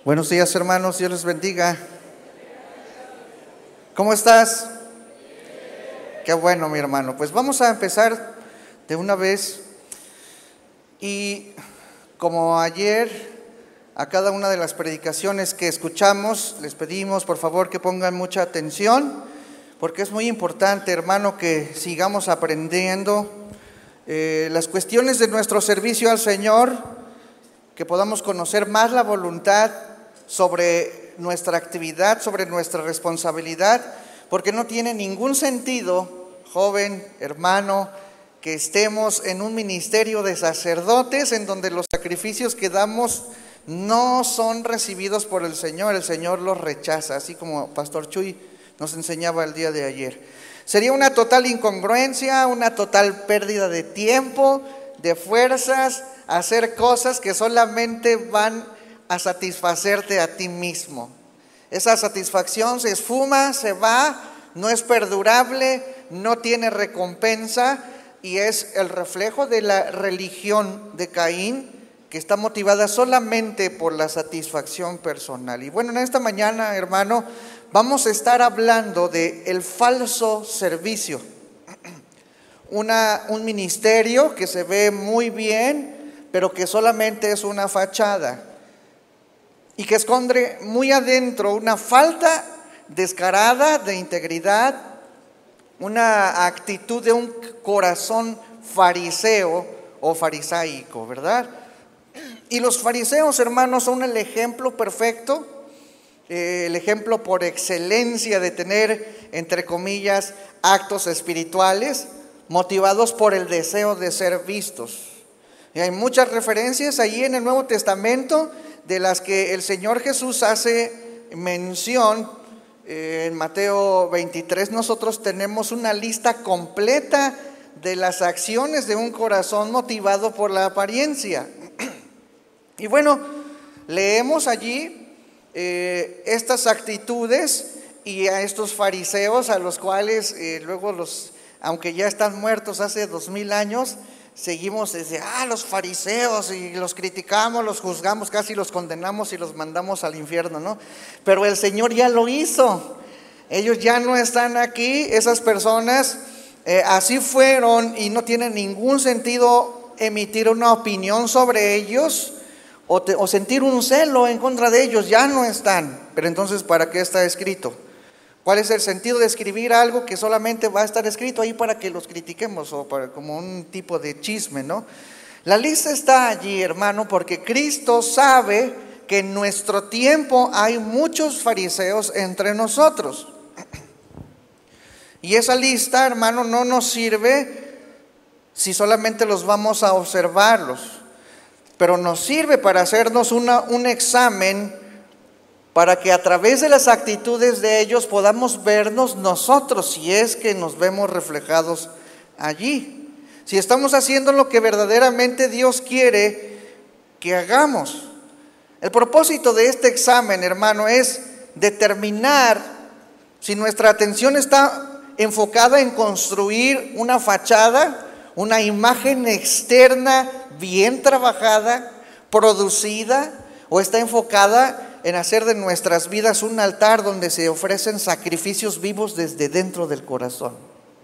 Buenos días, hermanos, Dios les bendiga. ¿Cómo estás? Qué bueno, mi hermano. Pues vamos a empezar de una vez. Y como ayer, a cada una de las predicaciones que escuchamos, les pedimos por favor que pongan mucha atención, porque es muy importante, hermano, que sigamos aprendiendo las cuestiones de nuestro servicio al Señor, que podamos conocer más la voluntad sobre nuestra actividad, sobre nuestra responsabilidad, porque no tiene ningún sentido, joven, hermano, que estemos en un ministerio de sacerdotes en donde los sacrificios que damos no son recibidos por el Señor los rechaza, así como Pastor Chuy nos enseñaba el día de ayer. Sería una total incongruencia, una total pérdida de tiempo, de fuerzas, hacer cosas que solamente van a satisfacerte a ti mismo. Esa satisfacción se esfuma, se va, no es perdurable, no tiene recompensa y es el reflejo de la religión de Caín, que está motivada solamente por la satisfacción personal. Y bueno, en esta mañana, hermano, vamos a estar hablando de el falso servicio. Un ministerio que se ve muy bien, pero que solamente es una fachada y que esconde muy adentro una falta descarada de integridad, una actitud de un corazón fariseo o farisaico, ¿verdad? Y los fariseos, hermanos, son el ejemplo perfecto, el ejemplo por excelencia de tener, entre comillas, actos espirituales motivados por el deseo de ser vistos. Y hay muchas referencias allí en el Nuevo Testamento de las que el Señor Jesús hace mención. En Mateo 23 nosotros tenemos una lista completa de las acciones de un corazón motivado por la apariencia. Y bueno, leemos allí estas actitudes y a estos fariseos a los cuales luego aunque ya están muertos hace 2000 años, seguimos desde, los fariseos, y los criticamos, los juzgamos, casi los condenamos y los mandamos al infierno, ¿no? Pero el Señor ya lo hizo. Ellos ya no están aquí, esas personas así fueron, y no tiene ningún sentido emitir una opinión sobre ellos o sentir un celo en contra de ellos. Ya no están. Pero entonces, ¿para qué está escrito? ¿Cuál es el sentido de escribir algo que solamente va a estar escrito ahí para que los critiquemos o como un tipo de chisme, ¿no? La lista está allí, hermano, porque Cristo sabe que en nuestro tiempo hay muchos fariseos entre nosotros. Y esa lista, hermano, no nos sirve si solamente los vamos a observarlos, pero nos sirve para hacernos un examen, para que a través de las actitudes de ellos podamos vernos nosotros, si es que nos vemos reflejados allí, si estamos haciendo lo que verdaderamente Dios quiere que hagamos. El propósito de este examen, hermano, es determinar si nuestra atención está enfocada en construir una fachada, una imagen externa bien trabajada, producida, o está enfocada en hacer de nuestras vidas un altar donde se ofrecen sacrificios vivos desde dentro del corazón.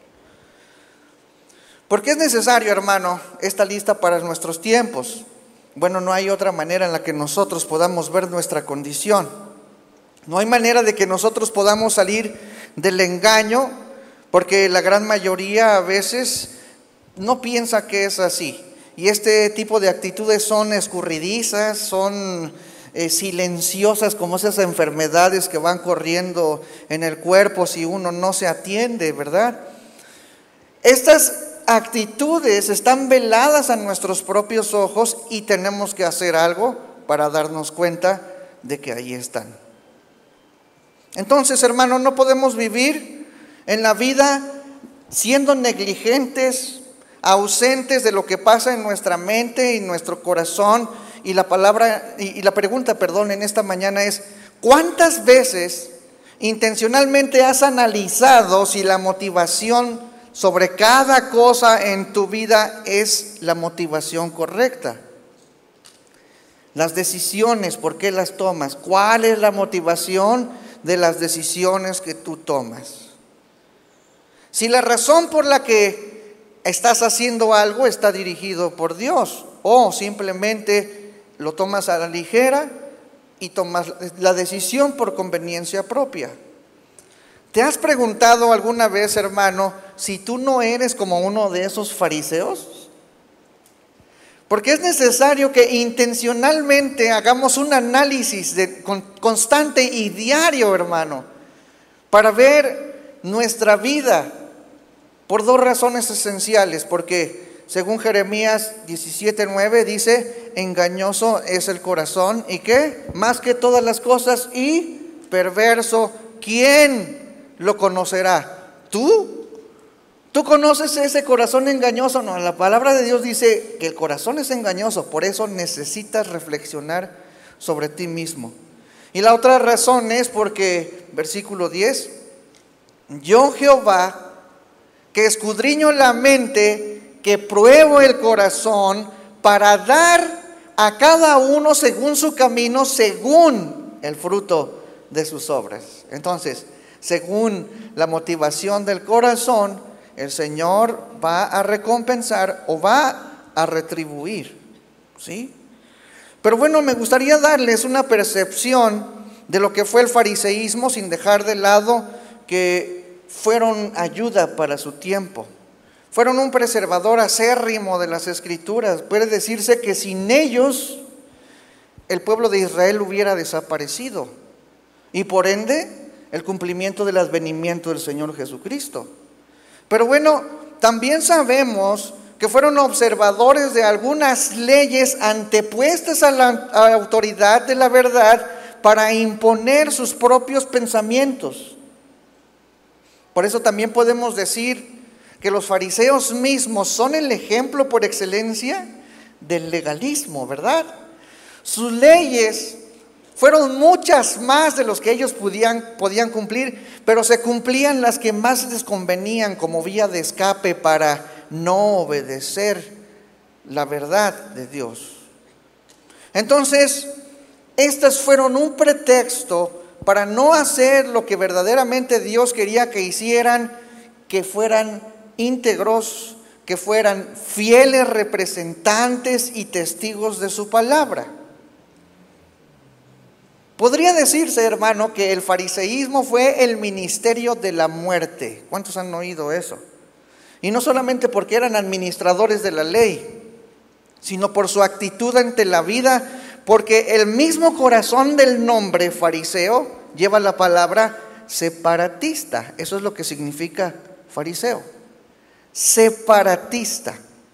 ¿Por qué es necesario, hermano, esta lista para nuestros tiempos? Bueno, no hay otra manera en la que nosotros podamos ver nuestra condición. No hay manera de que nosotros podamos salir del engaño, porque la gran mayoría a veces no piensa que es así. Y este tipo de actitudes son escurridizas, son silenciosas, como esas enfermedades que van corriendo en el cuerpo si uno no se atiende, ¿verdad? Estas actitudes están veladas a nuestros propios ojos y tenemos que hacer algo para darnos cuenta de que ahí están. Entonces, hermano, no podemos vivir en la vida siendo negligentes, ausentes de lo que pasa en nuestra mente y nuestro corazón. Y la pregunta, en esta mañana es: ¿cuántas veces intencionalmente has analizado si la motivación sobre cada cosa en tu vida es la motivación correcta? Las decisiones, ¿por qué las tomas? ¿Cuál es la motivación de las decisiones que tú tomas? Si la razón por la que estás haciendo algo está dirigido por Dios, o simplemente lo tomas a la ligera y tomas la decisión por conveniencia propia. ¿Te has preguntado alguna vez, hermano, si tú no eres como uno de esos fariseos? Porque es necesario que intencionalmente hagamos un análisis constante y diario, hermano, para ver nuestra vida por dos razones esenciales. Porque según Jeremías 17:9 dice, engañoso es el corazón y ¿qué? Más que todas las cosas y perverso. ¿Quién lo conocerá? ¿Tú? ¿Tú conoces ese corazón engañoso? No, la palabra de Dios dice que el corazón es engañoso, por eso necesitas reflexionar sobre ti mismo. Y la otra razón es porque, versículo 10, yo Jehová, que escudriño la mente, que pruebo el corazón, para dar a cada uno según su camino, según el fruto de sus obras. Entonces, según la motivación del corazón, el Señor va a recompensar o va a retribuir, ¿sí? Pero bueno, me gustaría darles una percepción de lo que fue el fariseísmo, sin dejar de lado que fueron ayuda para su tiempo. Fueron un preservador acérrimo de las Escrituras. Puede decirse que sin ellos el pueblo de Israel hubiera desaparecido y por ende el cumplimiento del advenimiento del Señor Jesucristo. Pero bueno, también sabemos que fueron observadores de algunas leyes antepuestas a la autoridad de la verdad para imponer sus propios pensamientos. Por eso también podemos decir que los fariseos mismos son el ejemplo por excelencia del legalismo, ¿verdad? Sus leyes fueron muchas más de los que ellos podían cumplir, pero se cumplían las que más les convenían como vía de escape para no obedecer la verdad de Dios. Entonces, estas fueron un pretexto para no hacer lo que verdaderamente Dios quería que hicieran, que fueran íntegros, que fueran fieles representantes y testigos de su palabra. Podría decirse, hermano, que el fariseísmo fue el ministerio de la muerte. ¿Cuántos han oído eso? Y no solamente porque eran administradores de la ley, sino por su actitud ante la vida, porque el mismo corazón del nombre fariseo lleva la palabra separatista. Eso es lo que significa fariseo. Separatista.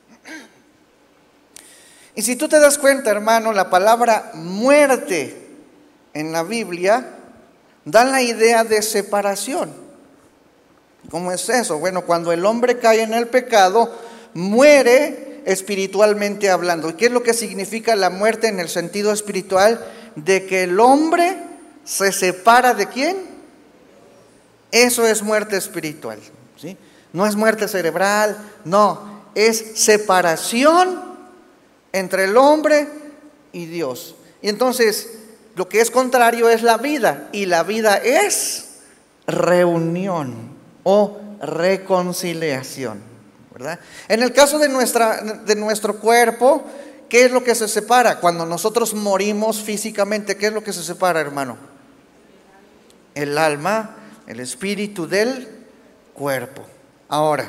Y si tú te das cuenta, hermano, la palabra muerte en la Biblia da la idea de separación. ¿Cómo es eso? Bueno, cuando el hombre cae en el pecado, muere espiritualmente hablando. ¿Y qué es lo que significa la muerte en el sentido espiritual? De que el hombre se separa ¿de quién? Eso es muerte espiritual, ¿sí? No es muerte cerebral, no, es separación entre el hombre y Dios. Y entonces, lo que es contrario es la vida, y la vida es reunión o reconciliación, ¿verdad? En el caso de nuestro cuerpo, ¿qué es lo que se separa? Cuando nosotros morimos físicamente, ¿qué es lo que se separa, hermano? El alma, el espíritu del cuerpo. Ahora,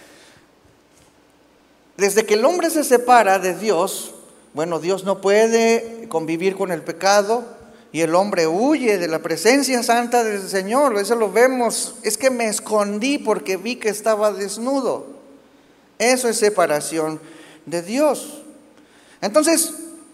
desde que el hombre se separa de Dios, bueno, Dios no puede convivir con el pecado y el hombre huye de la presencia santa del Señor. Eso lo vemos. Es que me escondí porque vi que estaba desnudo. Eso es separación de Dios. Entonces,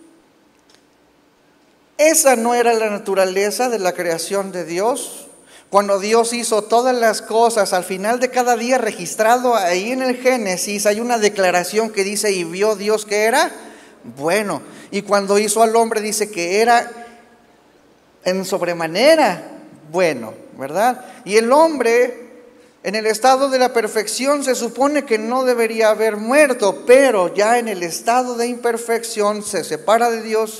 esa no era la naturaleza de la creación de Dios. Cuando Dios hizo todas las cosas, al final de cada día registrado ahí en el Génesis, hay una declaración que dice, y vio Dios que era bueno. Y cuando hizo al hombre dice que era en sobremanera bueno, ¿verdad? Y el hombre, en el estado de la perfección, se supone que no debería haber muerto, pero ya en el estado de imperfección se separa de Dios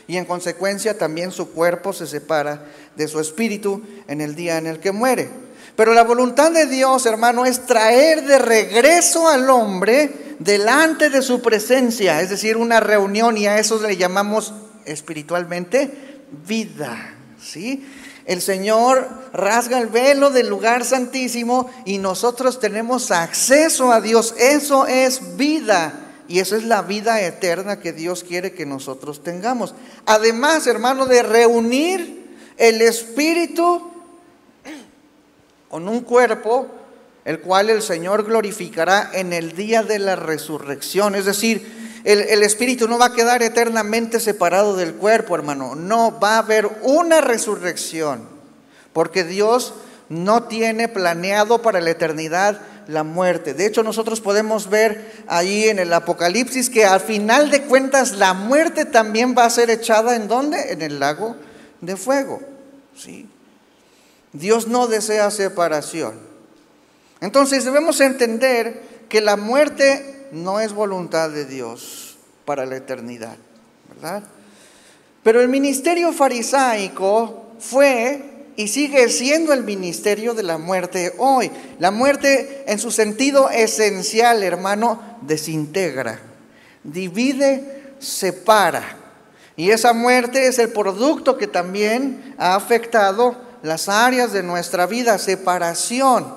y en consecuencia también su cuerpo se separa de su espíritu en el día en el que muere. Pero la voluntad de Dios, hermano, es traer de regreso al hombre delante de su presencia, es decir, una reunión, y a eso le llamamos espiritualmente vida, ¿sí? El Señor rasga el velo del lugar santísimo y nosotros tenemos acceso a Dios. Eso es vida, y eso es la vida eterna que Dios quiere que nosotros tengamos. Además, hermano, de reunir el espíritu con un cuerpo, el cual el Señor glorificará en el día de la resurrección. Es decir, el espíritu no va a quedar eternamente separado del cuerpo, hermano. No, va a haber una resurrección, porque Dios no tiene planeado para la eternidad la muerte. De hecho, nosotros podemos ver ahí en el Apocalipsis que al final de cuentas la muerte también va a ser echada ¿en dónde? En el lago de fuego, ¿sí? Dios no desea separación. Entonces debemos entender que la muerte no es voluntad de Dios para la eternidad, ¿verdad? Pero el ministerio farisaico fue y sigue siendo el ministerio de la muerte hoy. La muerte en su sentido esencial, hermano, desintegra, divide, separa. Y esa muerte es el producto que también ha afectado las áreas de nuestra vida, separación.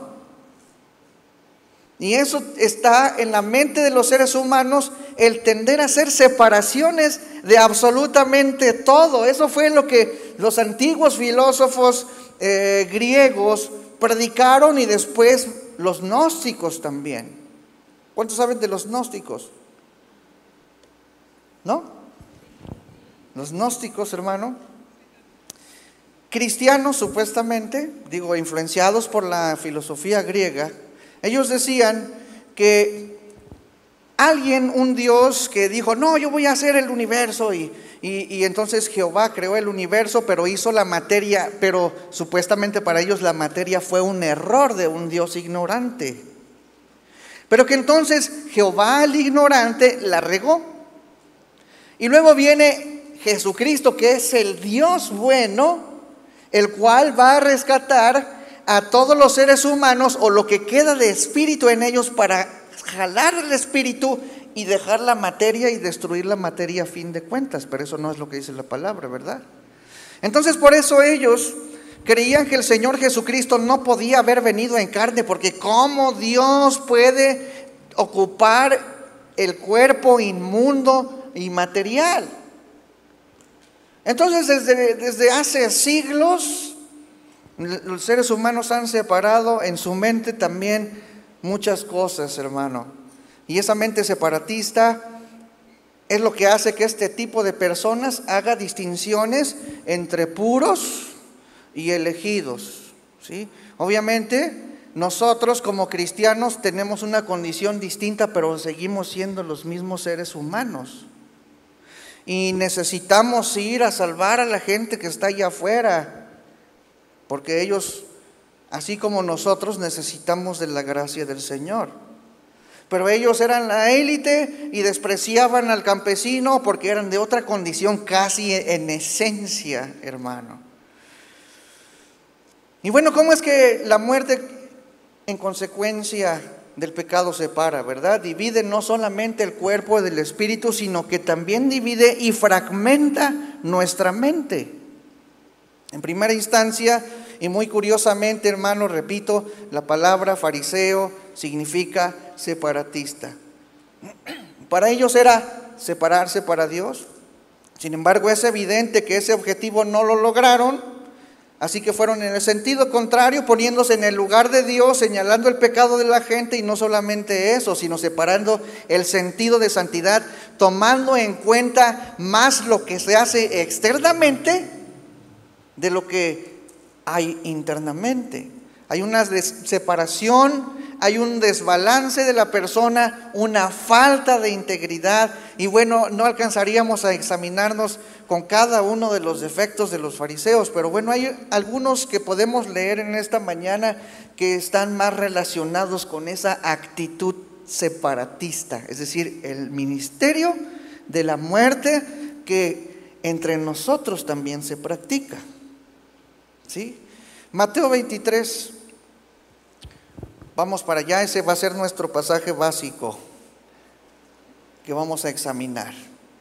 Y eso está en la mente de los seres humanos, el tender a hacer separaciones de absolutamente todo. Eso fue lo que los antiguos filósofos griegos predicaron, y después los gnósticos también. ¿Cuántos saben de los gnósticos? ¿No? Los gnósticos, hermano, cristianos supuestamente, digo, influenciados por la filosofía griega, ellos decían que alguien, un Dios que dijo, no, yo voy a hacer el universo, y entonces Jehová creó el universo, pero hizo la materia, pero supuestamente para ellos la materia fue un error de un Dios ignorante. Pero que entonces Jehová, el ignorante, la regó. Y luego viene Jesucristo, que es el Dios bueno, el cual va a rescatar a todos los seres humanos, o lo que queda de espíritu en ellos, para jalar el espíritu y dejar la materia y destruir la materia a fin de cuentas. Pero eso no es lo que dice la palabra, ¿verdad? Entonces por eso ellos creían que el Señor Jesucristo no podía haber venido en carne, porque ¿cómo Dios puede ocupar el cuerpo inmundo y material? Entonces desde hace siglos los seres humanos han separado en su mente también muchas cosas, hermano. Y esa mente separatista es lo que hace que este tipo de personas haga distinciones entre puros y elegidos, ¿sí? Obviamente nosotros como cristianos tenemos una condición distinta, pero seguimos siendo los mismos seres humanos. Y necesitamos ir a salvar a la gente que está allá afuera, porque ellos, así como nosotros, necesitamos de la gracia del Señor. Pero ellos eran la élite y despreciaban al campesino porque eran de otra condición, casi en esencia, hermano. Y bueno, ¿cómo es que la muerte en consecuencia del pecado separa, verdad? Divide no solamente el cuerpo del espíritu, sino que también divide y fragmenta nuestra mente. En primera instancia, y muy curiosamente, hermano, repito, la palabra fariseo significa separatista. Para ellos era separarse para Dios. Sin embargo, es evidente que ese objetivo no lo lograron, así que fueron en el sentido contrario, poniéndose en el lugar de Dios, señalando el pecado de la gente, y no solamente eso, sino separando el sentido de santidad, tomando en cuenta más lo que se hace externamente de lo que hay internamente. Hay una separación, hay un desbalance de la persona, una falta de integridad. Y bueno, no alcanzaríamos a examinarnos con cada uno de los defectos de los fariseos, pero bueno, hay algunos que podemos leer en esta mañana que están más relacionados con esa actitud separatista, es decir, el ministerio de la muerte que entre nosotros también se practica. ¿Sí? Mateo 23, vamos para allá, ese va a ser nuestro pasaje básico que vamos a examinar.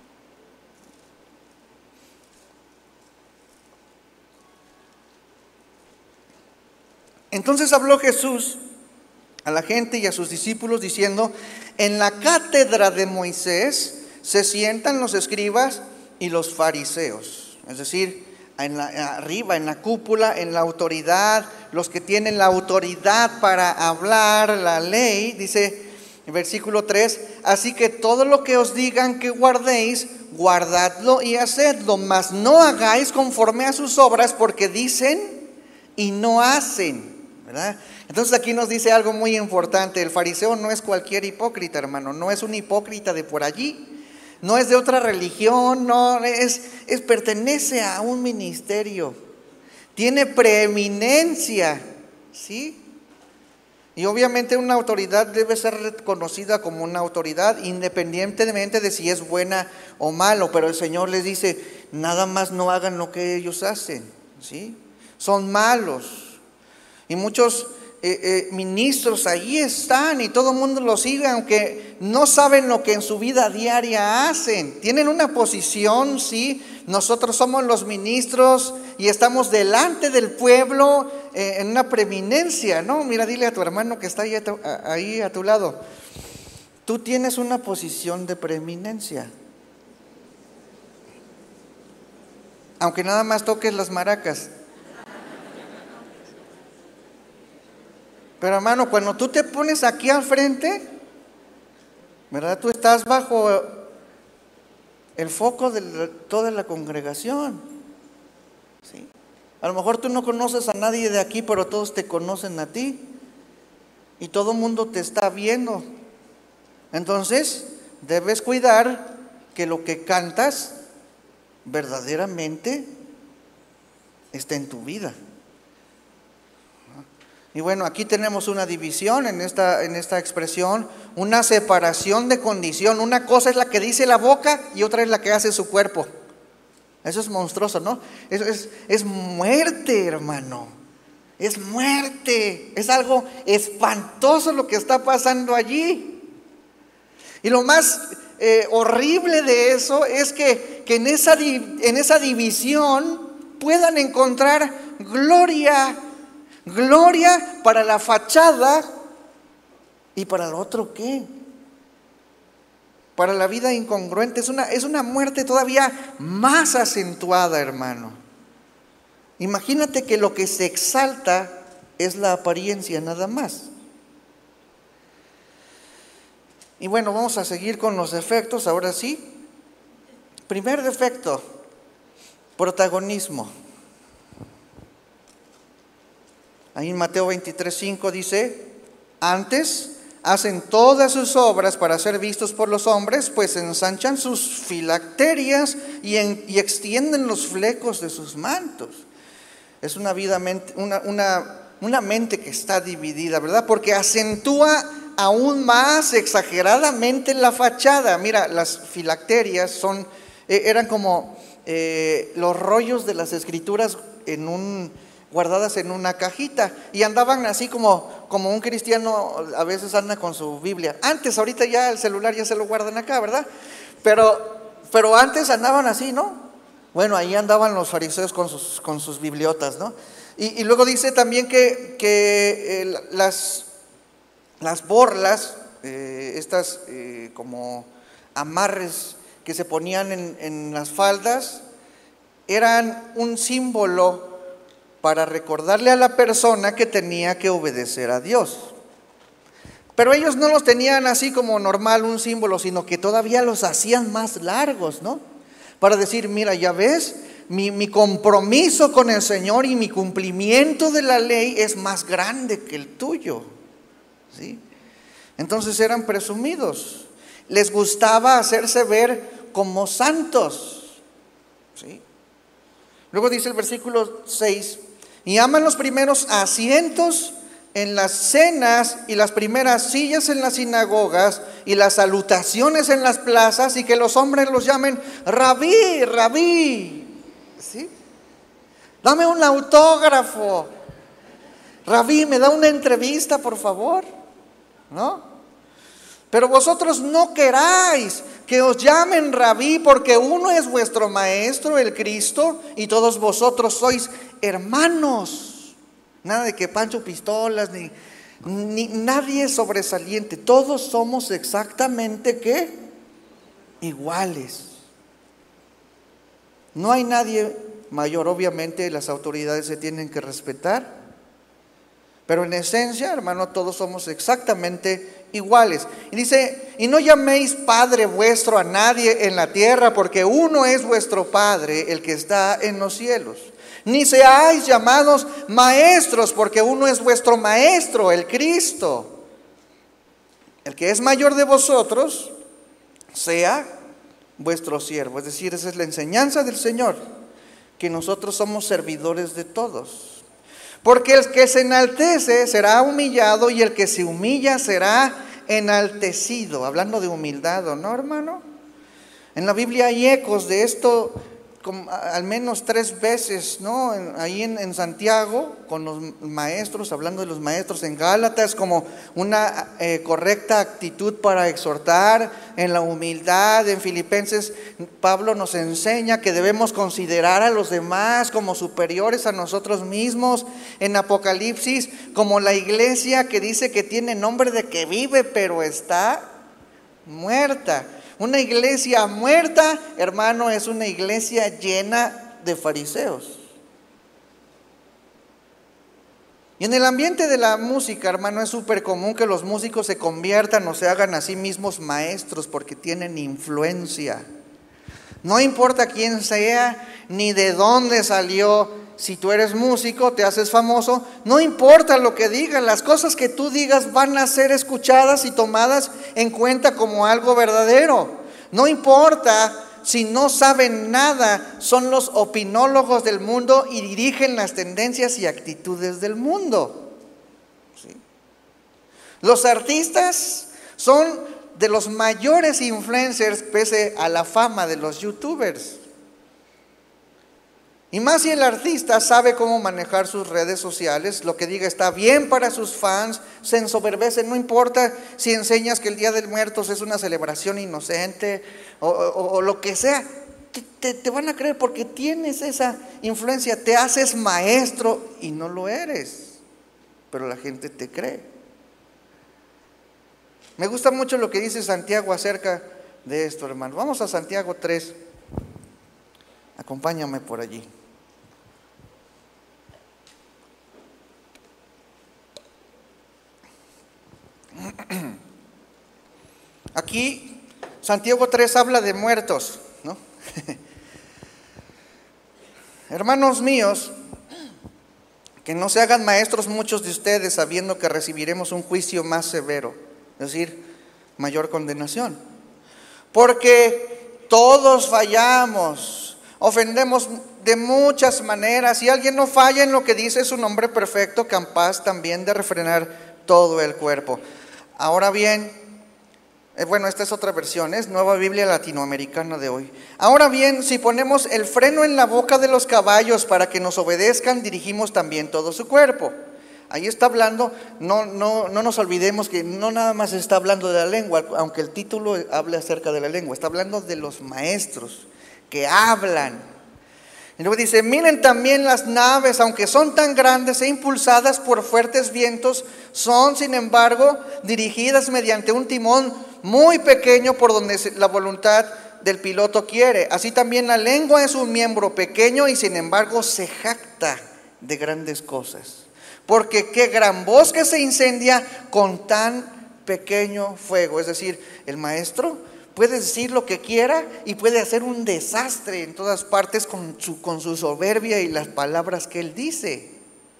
Entonces habló Jesús a la gente y a sus discípulos diciendo: en la cátedra de Moisés se sientan los escribas y los fariseos, es decir, arriba, en la cúpula, en la autoridad, los que tienen la autoridad para hablar la ley. Dice en versículo 3: así que todo lo que os digan que guardéis, guardadlo y hacedlo, mas no hagáis conforme a sus obras, porque dicen y no hacen, ¿verdad? Entonces aquí nos dice algo muy importante. El fariseo no es cualquier hipócrita, hermano, no es un hipócrita de por allí, no es de otra religión, no pertenece a un ministerio, tiene preeminencia, ¿sí? Y obviamente una autoridad debe ser reconocida como una autoridad independientemente de si es buena o malo, pero el Señor les dice: nada más no hagan lo que ellos hacen, ¿sí? Son malos. Y muchos ministros allí están y todo el mundo los sigue, aunque no saben lo que en su vida diaria hacen. Tienen una posición, sí. Nosotros somos los ministros y estamos delante del pueblo en una preeminencia, ¿no? Mira, dile a tu hermano que está ahí a tu lado: tú tienes una posición de preeminencia, aunque nada más toques las maracas. Pero hermano, cuando tú te pones aquí al frente, ¿verdad? Tú estás bajo el foco de toda la congregación, ¿sí? A lo mejor tú no conoces a nadie de aquí, pero todos te conocen a ti. Y todo el mundo te está viendo. Entonces, debes cuidar que lo que cantas verdaderamente esté en tu vida. Y bueno, aquí tenemos una división en esta expresión, una separación de condición. Una cosa es la que dice la boca y otra es la que hace su cuerpo. Eso es monstruoso, ¿no? Es muerte, hermano. Es muerte. Es algo espantoso lo que está pasando allí. Y lo más horrible de eso es que en esa división puedan encontrar gloria para la fachada. ¿Y para el otro qué? Para la vida incongruente. Es una muerte todavía más acentuada, hermano. Imagínate que lo que se exalta es la apariencia nada más. Y bueno, vamos a seguir con los defectos, ahora sí. Primer defecto: protagonismo. Ahí en Mateo 23:5 dice: antes hacen todas sus obras para ser vistos por los hombres, pues ensanchan sus filacterias y extienden los flecos de sus mantos. Es una mente que está dividida, ¿verdad? Porque acentúa aún más exageradamente la fachada. Mira, las filacterias eran como los rollos de las escrituras guardadas en una cajita, y andaban así como un cristiano a veces anda con su Biblia. Ahorita ya el celular ya se lo guardan acá, ¿verdad? Pero antes andaban así, ¿no? Bueno, ahí andaban los fariseos con sus bibliotas, ¿no? Y luego dice también que las borlas, estas como amarres que se ponían en las faldas, eran un símbolo para recordarle a la persona que tenía que obedecer a Dios. Pero ellos no los tenían así como normal, un símbolo, sino que todavía los hacían más largos, ¿no? Para decir: mira, ya ves, mi compromiso con el Señor y mi cumplimiento de la ley es más grande que el tuyo, ¿sí? Entonces eran presumidos. Les gustaba hacerse ver como santos, ¿sí? Luego dice el versículo 6: y aman los primeros asientos en las cenas y las primeras sillas en las sinagogas y las salutaciones en las plazas, y que los hombres los llamen rabí, rabí. ¿Sí? Dame un autógrafo. Rabí, ¿me da una entrevista, por favor? ¿No? Pero vosotros no queráis que os llamen rabí, porque uno es vuestro maestro, el Cristo, y todos vosotros sois hermanos. Nada de que Pancho Pistolas, ni nadie es sobresaliente. Todos somos exactamente ¿qué? Iguales. No hay nadie mayor. Obviamente las autoridades se tienen que respetar, pero en esencia, hermano, todos somos exactamente iguales. Y dice, y no llaméis Padre vuestro a nadie en la tierra, porque uno es vuestro Padre, el que está en los cielos. Ni seáis llamados maestros, porque uno es vuestro maestro, el Cristo. El que es mayor de vosotros, sea vuestro siervo. Es decir, esa es la enseñanza del Señor, que nosotros somos servidores de todos. Porque el que se enaltece será humillado, y el que se humilla será enaltecido. Hablando de humildad, ¿no, hermano? En la Biblia hay ecos de esto, al menos 3 veces, ¿no? Ahí en Santiago, con los maestros, hablando de los maestros. En Gálatas, como una correcta actitud para exhortar, en la humildad. En Filipenses, Pablo nos enseña que debemos considerar a los demás como superiores a nosotros mismos. En Apocalipsis, como la iglesia que dice que tiene nombre de que vive, pero está muerta. Una iglesia muerta, hermano, es una iglesia llena de fariseos. Y en el ambiente de la música, hermano, es súper común que los músicos se conviertan o se hagan a sí mismos maestros, porque tienen influencia. No importa quién sea, ni de dónde salió. Si tú eres músico, te haces famoso, no importa lo que digan, las cosas que tú digas van a ser escuchadas y tomadas en cuenta como algo verdadero. No importa si no saben nada, son los opinólogos del mundo y dirigen las tendencias y actitudes del mundo. ¿Sí? Los artistas son de los mayores influencers pese a la fama de los youtubers. Y más si el artista sabe cómo manejar sus redes sociales, lo que diga está bien para sus fans, se ensoberbece. No importa si enseñas que el Día de Muertos es una celebración inocente o lo que sea, te van a creer porque tienes esa influencia. Te haces maestro y no lo eres, pero la gente te cree. Me gusta mucho lo que dice Santiago acerca de esto, hermano. Vamos a Santiago 3. Acompáñame por allí. Aquí Santiago 3 habla de muertos, ¿no? Hermanos míos, que no se hagan maestros muchos de ustedes, sabiendo que recibiremos un juicio más severo, es decir, mayor condenación. Porque todos fallamos, ofendemos de muchas maneras. Si alguien no falla en lo que dice, es un hombre perfecto, capaz también de refrenar todo el cuerpo. Ahora bien, esta es otra versión, es Nueva Biblia Latinoamericana de hoy. Ahora bien, si ponemos el freno en la boca de los caballos para que nos obedezcan, dirigimos también todo su cuerpo. Ahí está hablando, no nos olvidemos que no nada más está hablando de la lengua, aunque el título hable acerca de la lengua, está hablando de los maestros que hablan. Y luego dice, miren también las naves, aunque son tan grandes e impulsadas por fuertes vientos, son sin embargo dirigidas mediante un timón muy pequeño por donde la voluntad del piloto quiere. Así también la lengua es un miembro pequeño y sin embargo se jacta de grandes cosas. Porque qué gran bosque se incendia con tan pequeño fuego. Es decir, el maestro puede decir lo que quiera y puede hacer un desastre en todas partes con su soberbia y las palabras que él dice.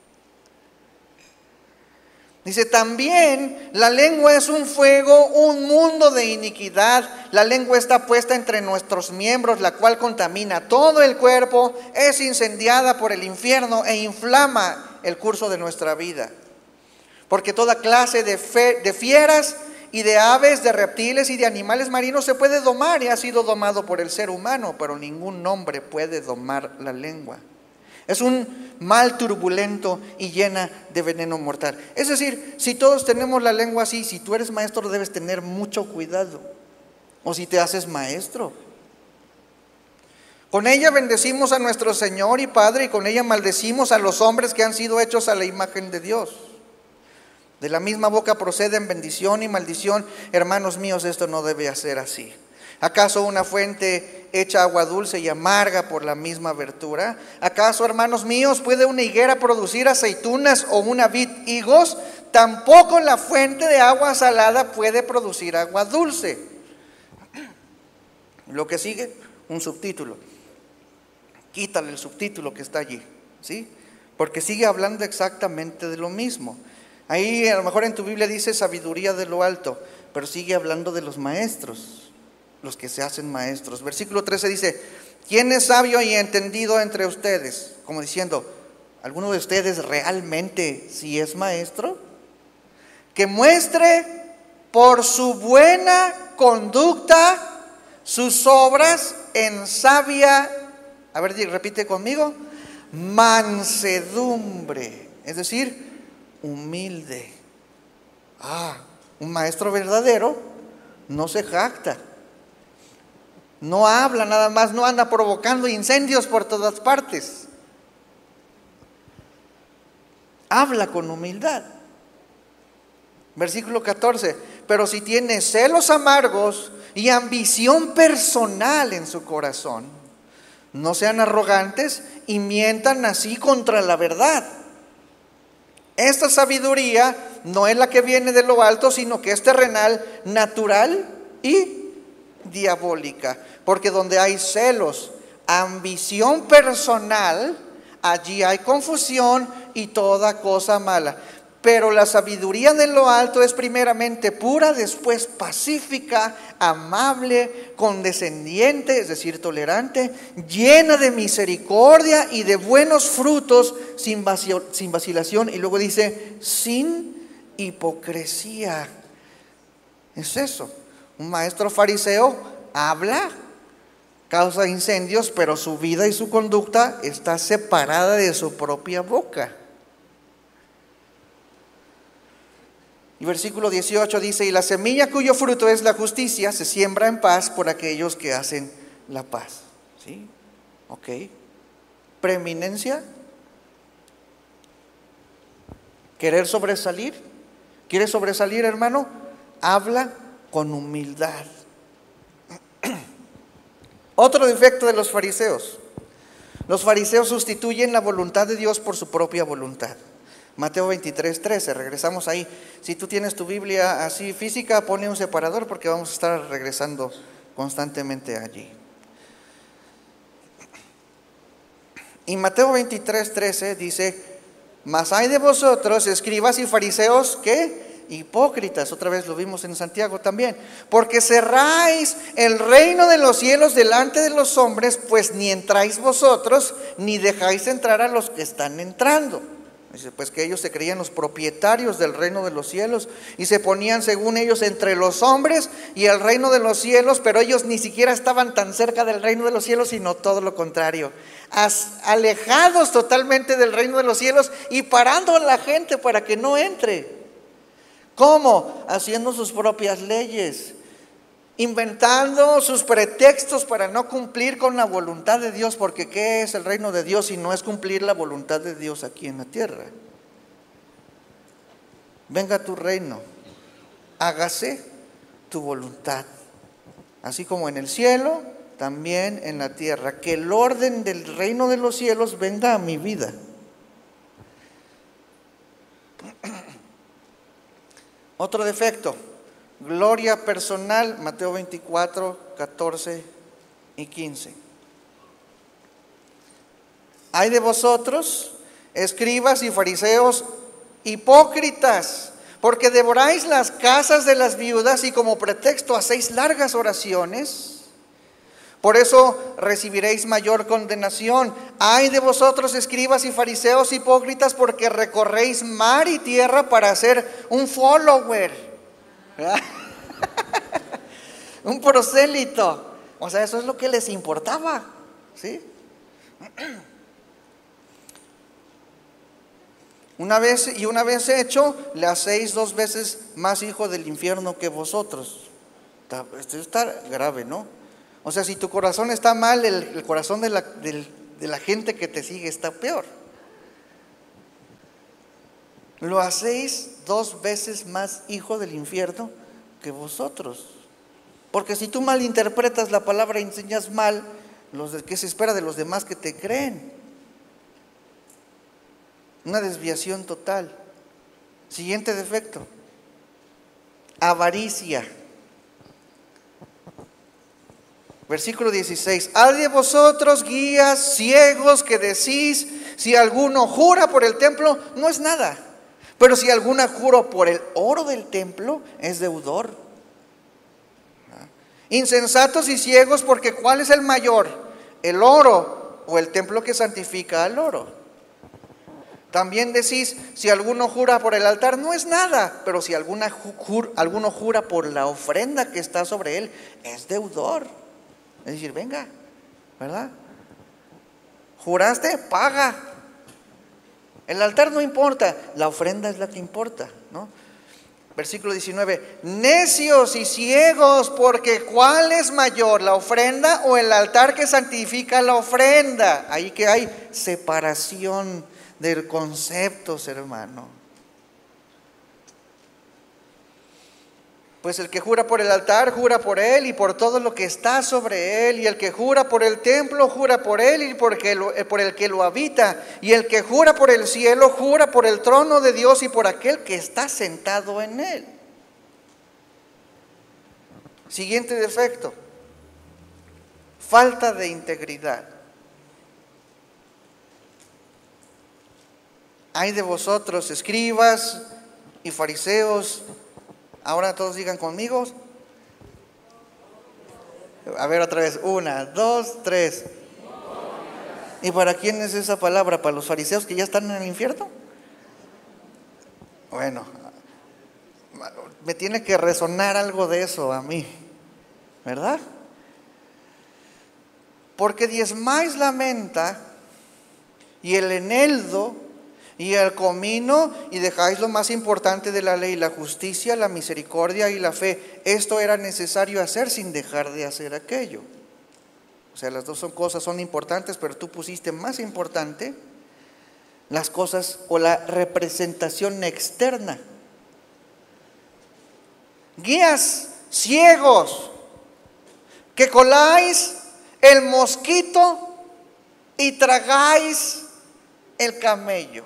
Dice también, la lengua es un fuego, un mundo de iniquidad. La lengua está puesta entre nuestros miembros, la cual contamina todo el cuerpo, es incendiada por el infierno e inflama el curso de nuestra vida. porque toda clase de fieras y de aves, de reptiles y de animales marinos se puede domar y ha sido domado por el ser humano, pero ningún hombre puede domar la lengua. Es un mal turbulento y llena de veneno mortal. Es decir, si todos tenemos la lengua así, si tú eres maestro debes tener mucho cuidado. O si te haces maestro. Con ella bendecimos a nuestro Señor y Padre, y con ella maldecimos a los hombres que han sido hechos a la imagen de Dios. De la misma boca proceden bendición y maldición. Hermanos míos, esto no debe ser así. ¿Acaso una fuente echa agua dulce y amarga por la misma abertura? ¿Acaso, hermanos míos, puede una higuera producir aceitunas o una vid higos? Tampoco la fuente de agua salada puede producir agua dulce. Lo que sigue, un subtítulo. Quítale el subtítulo que está allí, ¿sí? Porque sigue hablando exactamente de lo mismo. Ahí a lo mejor en tu Biblia dice sabiduría de lo alto, pero sigue hablando de los maestros, los que se hacen maestros. Versículo 13 dice: ¿quién es sabio y entendido entre ustedes? Como diciendo, ¿alguno de ustedes realmente sí es maestro? Que muestre por su buena conducta sus obras en sabia, a ver, repite conmigo, mansedumbre, es decir, humilde. Un maestro verdadero no se jacta, no habla nada más, no anda provocando incendios por todas partes. Habla con humildad. Versículo 14: pero si tiene celos amargos y ambición personal en su corazón, no sean arrogantes y mientan así contra la verdad. Esta sabiduría no es la que viene de lo alto, sino que es terrenal, natural y diabólica. Porque donde hay celos, ambición personal, allí hay confusión y toda cosa mala. Pero la sabiduría de lo alto es primeramente pura, después pacífica, amable, condescendiente, es decir, tolerante, llena de misericordia y de buenos frutos, sin vacilación. Y luego dice, sin hipocresía. Es eso. Un maestro fariseo habla, causa incendios, pero su vida y su conducta está separada de su propia boca. Y versículo 18 dice: y la semilla cuyo fruto es la justicia se siembra en paz por aquellos que hacen la paz. ¿Sí? Ok. Preeminencia. Querer sobresalir. ¿Quieres sobresalir, hermano? Habla con humildad. Otro defecto de los fariseos. Los fariseos sustituyen la voluntad de Dios por su propia voluntad. Mateo 23, 13, regresamos ahí. Si tú tienes tu Biblia así física, pone un separador porque vamos a estar regresando constantemente allí. Y Mateo 23, 13 dice: mas hay de vosotros, escribas y fariseos, ¿qué? Hipócritas. Otra vez lo vimos en Santiago también. Porque cerráis el reino de los cielos delante de los hombres, pues ni entráis vosotros, ni dejáis entrar a los que están entrando. Dice, pues que ellos se creían los propietarios del reino de los cielos y se ponían según ellos entre los hombres y el reino de los cielos, pero ellos ni siquiera estaban tan cerca del reino de los cielos, sino todo lo contrario, alejados totalmente del reino de los cielos y parando a la gente para que no entre. ¿Cómo? Haciendo sus propias leyes, inventando sus pretextos para no cumplir con la voluntad de Dios, porque ¿qué es el reino de Dios si no es cumplir la voluntad de Dios aquí en la tierra? Venga tu reino, hágase tu voluntad, así como en el cielo, también en la tierra. Que el orden del reino de los cielos venga a mi vida. Otro defecto: gloria personal, Mateo 24, 14 y 15. Hay de vosotros, escribas y fariseos, hipócritas, porque devoráis las casas de las viudas y como pretexto hacéis largas oraciones. Por eso recibiréis mayor condenación. Ay de vosotros, escribas y fariseos hipócritas, porque recorréis mar y tierra para ser un follower, ¿verdad? Un prosélito. O sea, eso es lo que les importaba, ¿sí? Una vez hecho, le hacéis 2 veces más hijo del infierno que vosotros. Esto está grave, ¿no? O sea, si tu corazón está mal, el corazón de la gente que te sigue está peor. Lo hacéis 2 veces más hijo del infierno que vosotros. Porque si tú malinterpretas la palabra y enseñas mal, ¿qué se espera de los demás que te creen? Una desviación total. Siguiente defecto: avaricia. Versículo 16: Ay de vosotros, guías ciegos, que decís, si alguno jura por el templo, no es nada, pero si alguno jura por el oro del templo, es deudor. Insensatos y ciegos, porque ¿cuál es el mayor? ¿El oro o el templo que santifica al oro? También decís, si alguno jura por el altar, no es nada, pero si alguno jura por la ofrenda que está sobre él, es deudor. Es decir, venga, ¿verdad? Juraste, paga. El altar no importa, la ofrenda es la que importa, ¿no? Versículo 19: necios y ciegos, porque ¿cuál es mayor, la ofrenda o el altar que santifica la ofrenda? Ahí que hay separación de conceptos, hermano. Pues el que jura por el altar, jura por él y por todo lo que está sobre él. Y el que jura por el templo, jura por él y por el que lo habita. Y el que jura por el cielo, jura por el trono de Dios y por aquel que está sentado en él. Siguiente defecto: falta de integridad. Ay de vosotros, escribas y fariseos. Ahora todos digan conmigo. A ver otra vez. 1, 2, 3. ¿Y para quién es esa palabra? ¿Para los fariseos que ya están en el infierno? Bueno, me tiene que resonar algo de eso a mí, ¿verdad? Porque diezmáis la menta y el eneldo y el comino, y dejáis lo más importante de la ley, la justicia, la misericordia y la fe. Esto era necesario hacer sin dejar de hacer aquello. O sea, las dos cosas son importantes, pero tú pusiste más importante las cosas o la representación externa. Guías ciegos, que coláis el mosquito y tragáis el camello.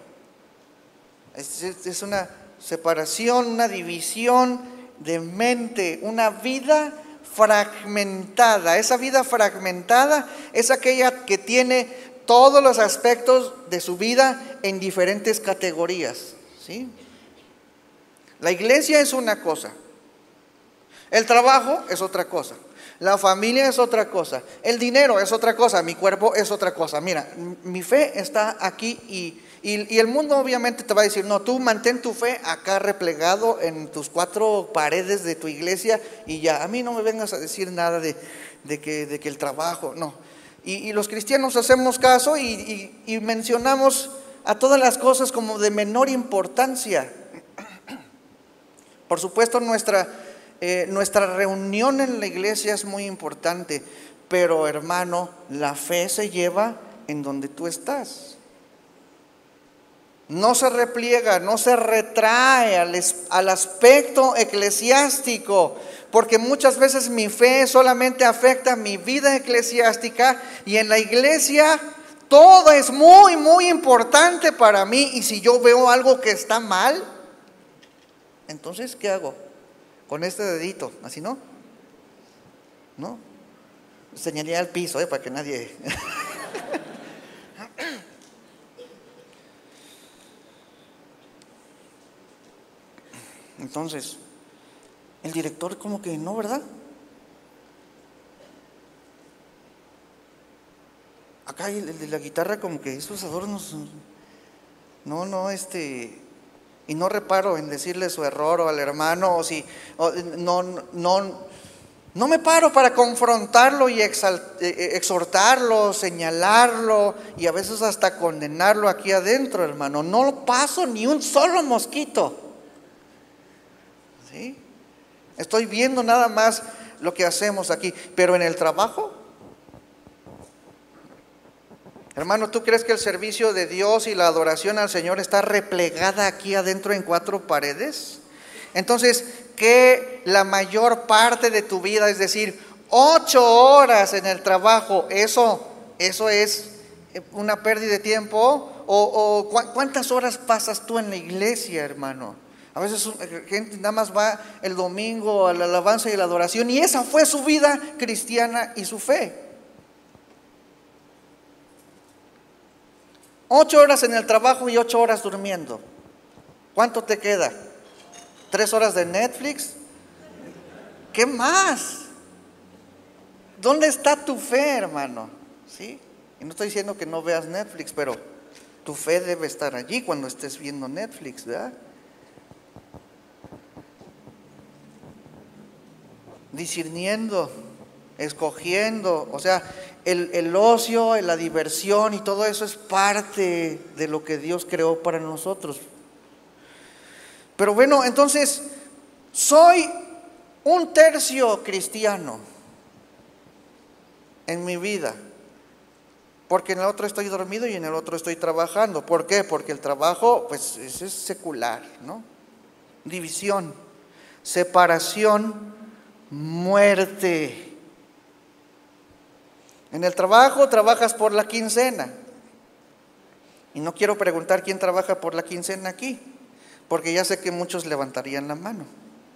Es una separación, una división de mente, una vida fragmentada. Esa vida fragmentada es aquella que tiene todos los aspectos de su vida en diferentes categorías, ¿sí? La iglesia es una cosa, el trabajo es otra cosa, la familia es otra cosa, el dinero es otra cosa, mi cuerpo es otra cosa. Mira, mi fe está aquí y el mundo obviamente te va a decir, no, tú mantén tu fe acá replegado en tus 4 paredes de tu iglesia y ya, a mí no me vengas a decir nada de que el trabajo, no. Y los cristianos hacemos caso y mencionamos a todas las cosas como de menor importancia. Por supuesto, nuestra reunión en la iglesia es muy importante, pero hermano, la fe se lleva en donde tú estás. No se repliega, no se retrae al aspecto eclesiástico, porque muchas veces mi fe solamente afecta mi vida eclesiástica, y en la iglesia todo es muy, muy importante para mí. Y si yo veo algo que está mal, entonces ¿qué hago? Con este dedito, así, ¿no? ¿No? Señalé al piso, para que nadie... Entonces, el director como que no, ¿verdad? ay, el de la guitarra como que esos adornos, no, y no reparo en decirle su error o al hermano, no me paro para confrontarlo y exhortarlo, señalarlo y a veces hasta condenarlo aquí adentro, hermano. No paso ni un solo mosquito. ¿Sí? Estoy viendo nada más lo que hacemos aquí, pero en el trabajo, hermano, ¿tú crees que el servicio de Dios y la adoración al Señor está replegada aquí adentro en 4 paredes? Entonces, que la mayor parte de tu vida, es decir, 8 horas en el trabajo, ¿eso es una pérdida de tiempo? ¿O cuántas horas pasas tú en la iglesia, hermano? A veces gente nada más va el domingo a la alabanza y la adoración, y esa fue su vida cristiana y su fe. 8 horas en el trabajo y 8 horas durmiendo. ¿Cuánto te queda? 3 horas de Netflix. ¿Qué más? ¿Dónde está tu fe, hermano? ¿Sí? Y no estoy diciendo que no veas Netflix, pero tu fe debe estar allí cuando estés viendo Netflix, ¿verdad? Discerniendo, escogiendo, o sea, el ocio, la diversión y todo eso es parte de lo que Dios creó para nosotros. Pero bueno, entonces, soy 1/3 cristiano en mi vida, porque en el otro estoy dormido y en el otro estoy trabajando. ¿Por qué? Porque el trabajo, pues, es secular, ¿no? División, separación, muerte. En el trabajo trabajas por la quincena. Y no quiero preguntar quién trabaja por la quincena aquí, porque ya sé que muchos levantarían la mano.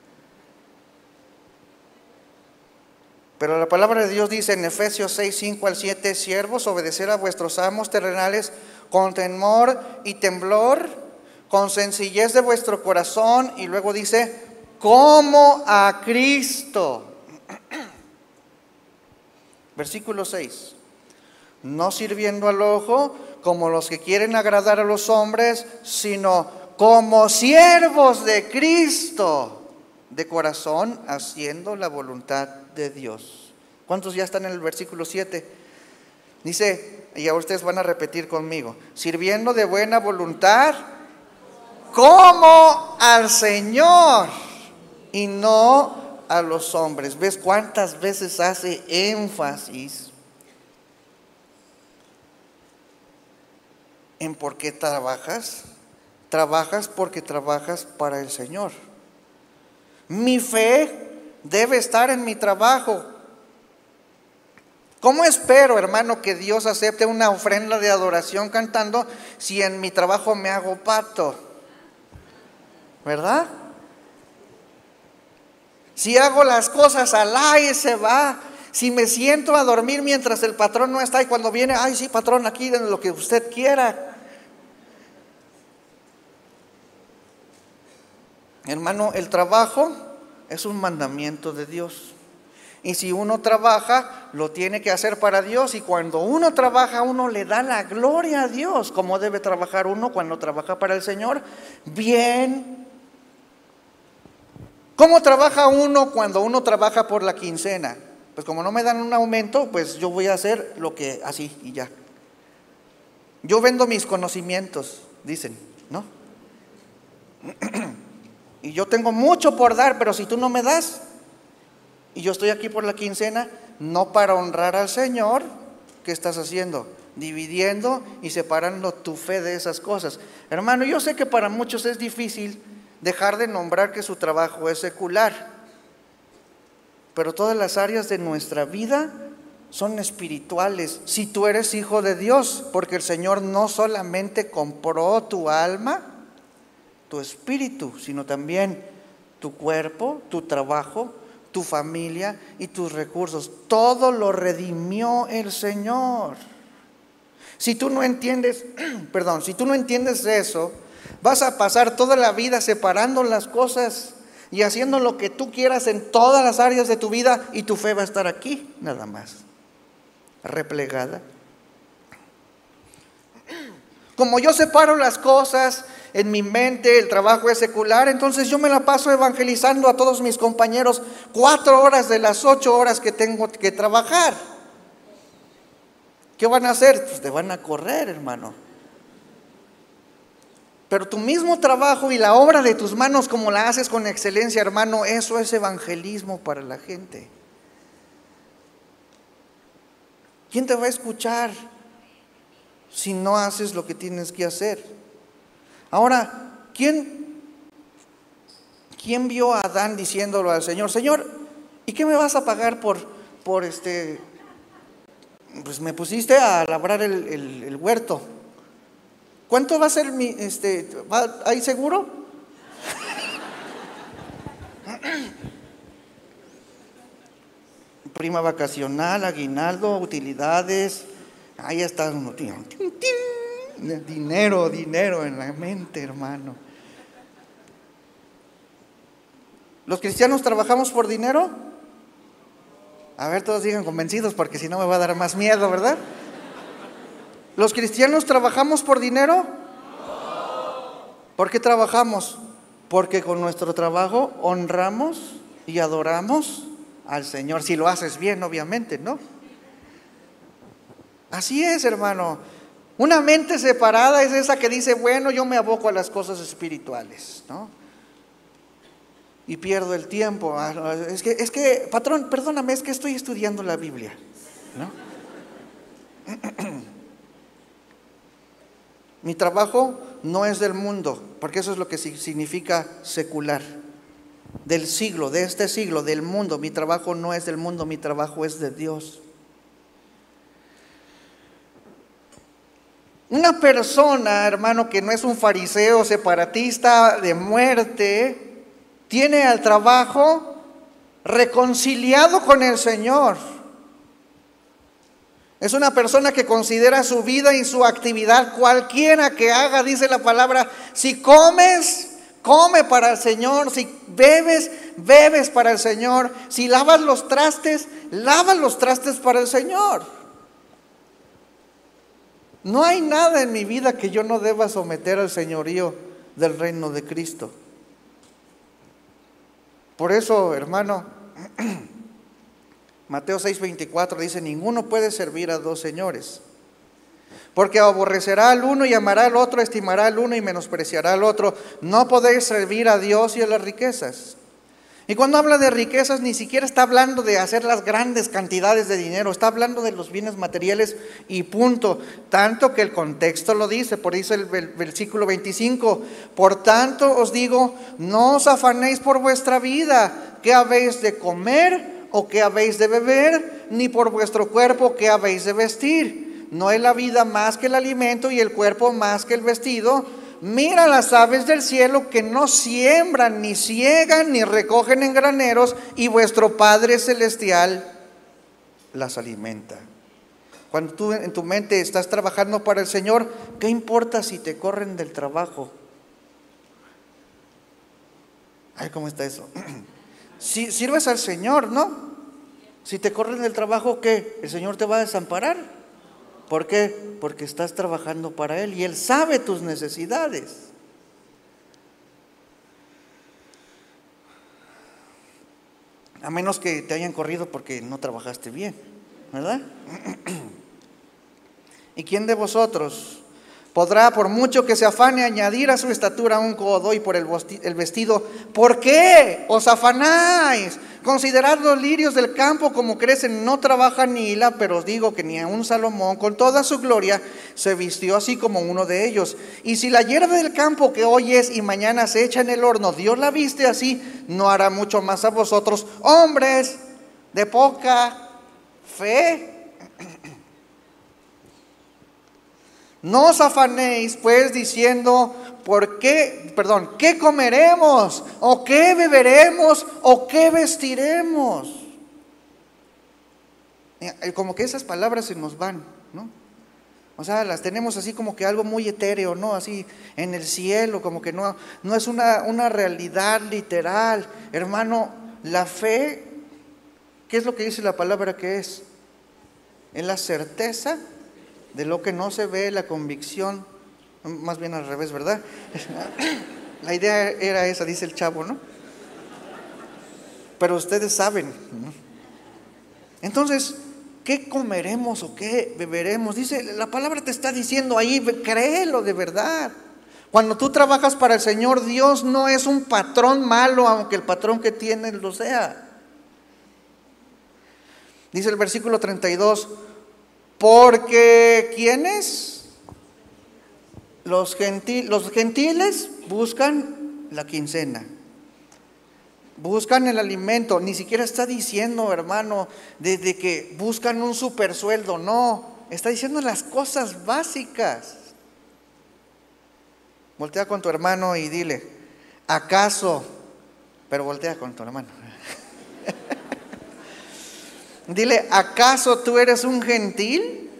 Pero la palabra de Dios dice en Efesios 6, 5 al 7, siervos, obedecer a vuestros amos terrenales con temor y temblor, con sencillez de vuestro corazón, y luego dice, como a Cristo. Versículo 6, no sirviendo al ojo como los que quieren agradar a los hombres, sino como siervos de Cristo, de corazón, haciendo la voluntad de Dios. ¿Cuántos ya están en el versículo 7? Dice, y ahora ustedes van a repetir conmigo, sirviendo de buena voluntad como al Señor y no a los hombres. ¿Ves cuántas veces hace énfasis en por qué trabajas? Trabajas porque trabajas para el Señor. Mi fe debe estar en mi trabajo. ¿Cómo espero, hermano, que Dios acepte una ofrenda de adoración cantando si en mi trabajo me hago pato? ¿Verdad? Si hago las cosas al aire se va. Si me siento a dormir mientras el patrón no está y cuando viene, ay sí, patrón, aquí den lo que usted quiera. Hermano, el trabajo es un mandamiento de Dios. Y si uno trabaja, lo tiene que hacer para Dios. Y cuando uno trabaja, uno le da la gloria a Dios. ¿Cómo debe trabajar uno cuando trabaja para el Señor? Bien. ¿Cómo trabaja uno cuando uno trabaja por la quincena? Pues como no me dan un aumento, pues yo voy a hacer lo que así y ya. Yo vendo mis conocimientos, dicen, ¿no? Y yo tengo mucho por dar, pero si tú no me das, y yo estoy aquí por la quincena, no para honrar al Señor, ¿qué estás haciendo? Dividiendo y separando tu fe de esas cosas. Hermano, yo sé que para muchos es difícil dejar de nombrar que su trabajo es secular, pero todas las áreas de nuestra vida son espirituales. Si tú eres hijo de Dios, porque el Señor no solamente compró tu alma, tu espíritu, sino también tu cuerpo, tu trabajo, tu familia y tus recursos. Todo lo redimió el Señor. Si tú no entiendes, si tú no entiendes eso, vas a pasar toda la vida separando las cosas y haciendo lo que tú quieras en todas las áreas de tu vida, y tu fe va a estar aquí, nada más, replegada. Como yo separo las cosas en mi mente, el trabajo es secular, entonces yo me la paso evangelizando a todos mis compañeros 4 horas de las 8 horas que tengo que trabajar. ¿Qué van a hacer? Pues te van a correr, hermano. Pero tu mismo trabajo y la obra de tus manos, como la haces con excelencia, hermano, eso es evangelismo para la gente. ¿Quién te va a escuchar si no haces lo que tienes que hacer? Ahora, ¿quién vio a Adán diciéndolo al Señor? Señor, ¿y qué me vas a pagar por pues me pusiste a labrar el huerto? ¿Cuánto va a ser mi, ¿hay seguro? Prima vacacional, aguinaldo, utilidades. Ahí está uno. Dinero en la mente, hermano. ¿Los cristianos trabajamos por dinero? A ver, todos digan convencidos, porque si no me va a dar más miedo, ¿verdad? ¿Los cristianos trabajamos por dinero? ¿Por qué trabajamos? Porque con nuestro trabajo honramos y adoramos al Señor. Si lo haces bien, obviamente, ¿no? Así es, hermano. Una mente separada es esa que dice, bueno, yo me aboco a las cosas espirituales, ¿no? Y pierdo el tiempo. Es que, patrón, perdóname, es que estoy estudiando la Biblia, ¿no? Mi trabajo no es del mundo, porque eso es lo que significa secular. Del siglo, de este siglo, del mundo. Mi trabajo no es del mundo, mi trabajo es de Dios. Una persona, hermano, que no es un fariseo separatista de muerte, tiene al trabajo reconciliado con el Señor. Es una persona que considera su vida y su actividad, cualquiera que haga, dice la palabra, si comes, come para el Señor, si bebes, bebes para el Señor, si lavas los trastes, lava los trastes para el Señor. No hay nada en mi vida que yo no deba someter al señorío del reino de Cristo. Por eso, hermano, Mateo 6:24 dice, ninguno puede servir a 2 señores, porque aborrecerá al uno y amará al otro, estimará al uno y menospreciará al otro. No podéis servir a Dios y a las riquezas. Y cuando habla de riquezas, ni siquiera está hablando de hacer las grandes cantidades de dinero, está hablando de los bienes materiales y punto. Tanto que el contexto lo dice, por eso el versículo 25, por tanto os digo, no os afanéis por vuestra vida, qué habéis de comer o qué habéis de beber, ni por vuestro cuerpo qué habéis de vestir. ¿No es la vida más que el alimento y el cuerpo más que el vestido? Mira las aves del cielo, que no siembran, ni siegan, ni recogen en graneros, y vuestro Padre Celestial las alimenta. Cuando tú en tu mente estás trabajando para el Señor, ¿qué importa si te corren del trabajo? Ay, ¿cómo está eso? Si sirves al Señor, ¿no? Si te corren del trabajo, ¿qué? ¿El Señor te va a desamparar? ¿Por qué? Porque estás trabajando para Él y Él sabe tus necesidades. A menos que te hayan corrido porque no trabajaste bien, ¿verdad? ¿Y quién de vosotros podrá, por mucho que se afane, añadir a su estatura un codo? Y por el vestido, ¿por qué os afanáis? Considerad los lirios del campo como crecen, no trabajan ni hilan, pero os digo que ni aun Salomón con toda su gloria se vistió así como uno de ellos. Y si la hierba del campo que hoy es y mañana se echa en el horno, Dios la viste así, no hará mucho más a vosotros, hombres de poca fe. No os afanéis pues diciendo, ¿qué comeremos? ¿O qué beberemos? ¿O qué vestiremos? Como que esas palabras se nos van, ¿no? O sea, las tenemos así como que algo muy etéreo, ¿no? Así en el cielo, como que no es una realidad literal. Hermano, la fe, ¿qué es lo que dice la palabra que es? Es la certeza de lo que no se ve, la convicción Más bien al revés, ¿verdad? La idea era esa, dice el chavo, ¿no? Pero ustedes saben, ¿no? Entonces, ¿qué comeremos o qué beberemos? Dice, la palabra te está diciendo ahí, créelo de verdad. Cuando tú trabajas para el Señor, Dios no es un patrón malo, aunque el patrón que tienes lo sea. Dice el versículo 32, porque ¿quiénes? Los gentiles buscan la quincena, buscan el alimento. Ni siquiera está diciendo, hermano, desde que buscan un super sueldo, no, está diciendo las cosas básicas. Voltea con tu hermano y dile, ¿acaso? Pero voltea con tu hermano. Dile, ¿acaso tú eres un gentil?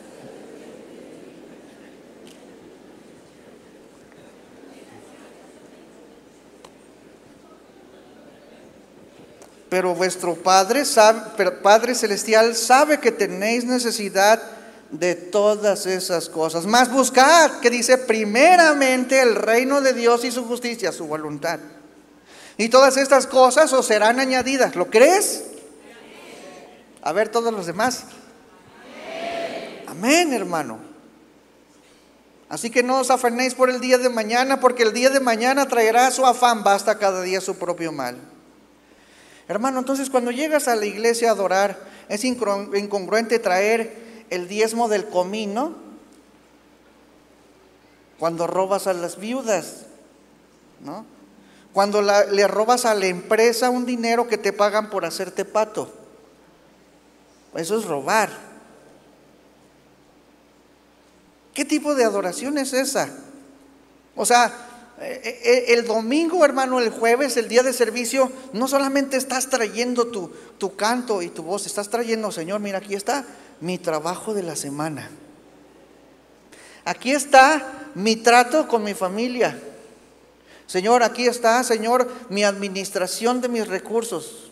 Pero vuestro Padre Padre Celestial sabe que tenéis necesidad de todas esas cosas. Mas buscad, que dice, primeramente el reino de Dios y su justicia, su voluntad. Y todas estas cosas os serán añadidas. ¿Lo crees? A ver, todos los demás. Amén, hermano. Así que no os afanéis por el día de mañana, porque el día de mañana traerá su afán. Basta cada día su propio mal. Hermano, entonces cuando llegas a la iglesia a adorar, es incongruente traer el diezmo del comino cuando robas a las viudas, ¿no? Cuando le robas a la empresa un dinero que te pagan por hacerte pato. Eso es robar. ¿Qué tipo de adoración es esa? O sea, el domingo, hermano, el jueves, el día de servicio, no solamente estás trayendo tu canto y tu voz, estás trayendo, Señor, mira, aquí está mi trabajo de la semana. Aquí está mi trato con mi familia. Señor, aquí está, Señor, mi administración de mis recursos.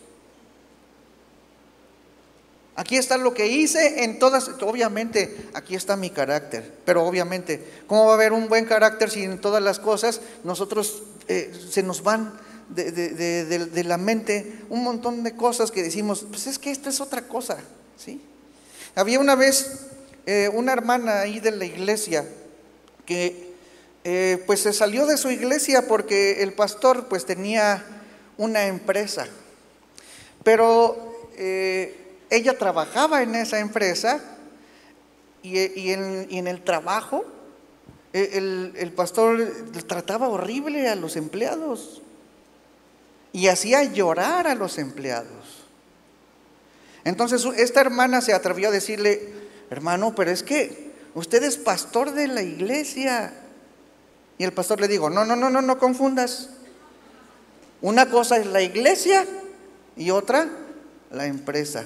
Aquí está lo que hice en todas, obviamente, aquí está mi carácter, pero obviamente, ¿cómo va a haber un buen carácter si en todas las cosas nosotros se nos van de la mente un montón de cosas que decimos, pues es que esto es otra cosa, ¿sí? Había una vez una hermana ahí de la iglesia que pues se salió de su iglesia porque el pastor pues tenía una empresa, pero ella trabajaba en esa empresa y en el trabajo el pastor trataba horrible a los empleados y hacía llorar a los empleados. Entonces esta hermana se atrevió a decirle, hermano, pero es que usted es pastor de la iglesia. Y el pastor le dijo, no confundas. Una cosa es la iglesia y otra la empresa.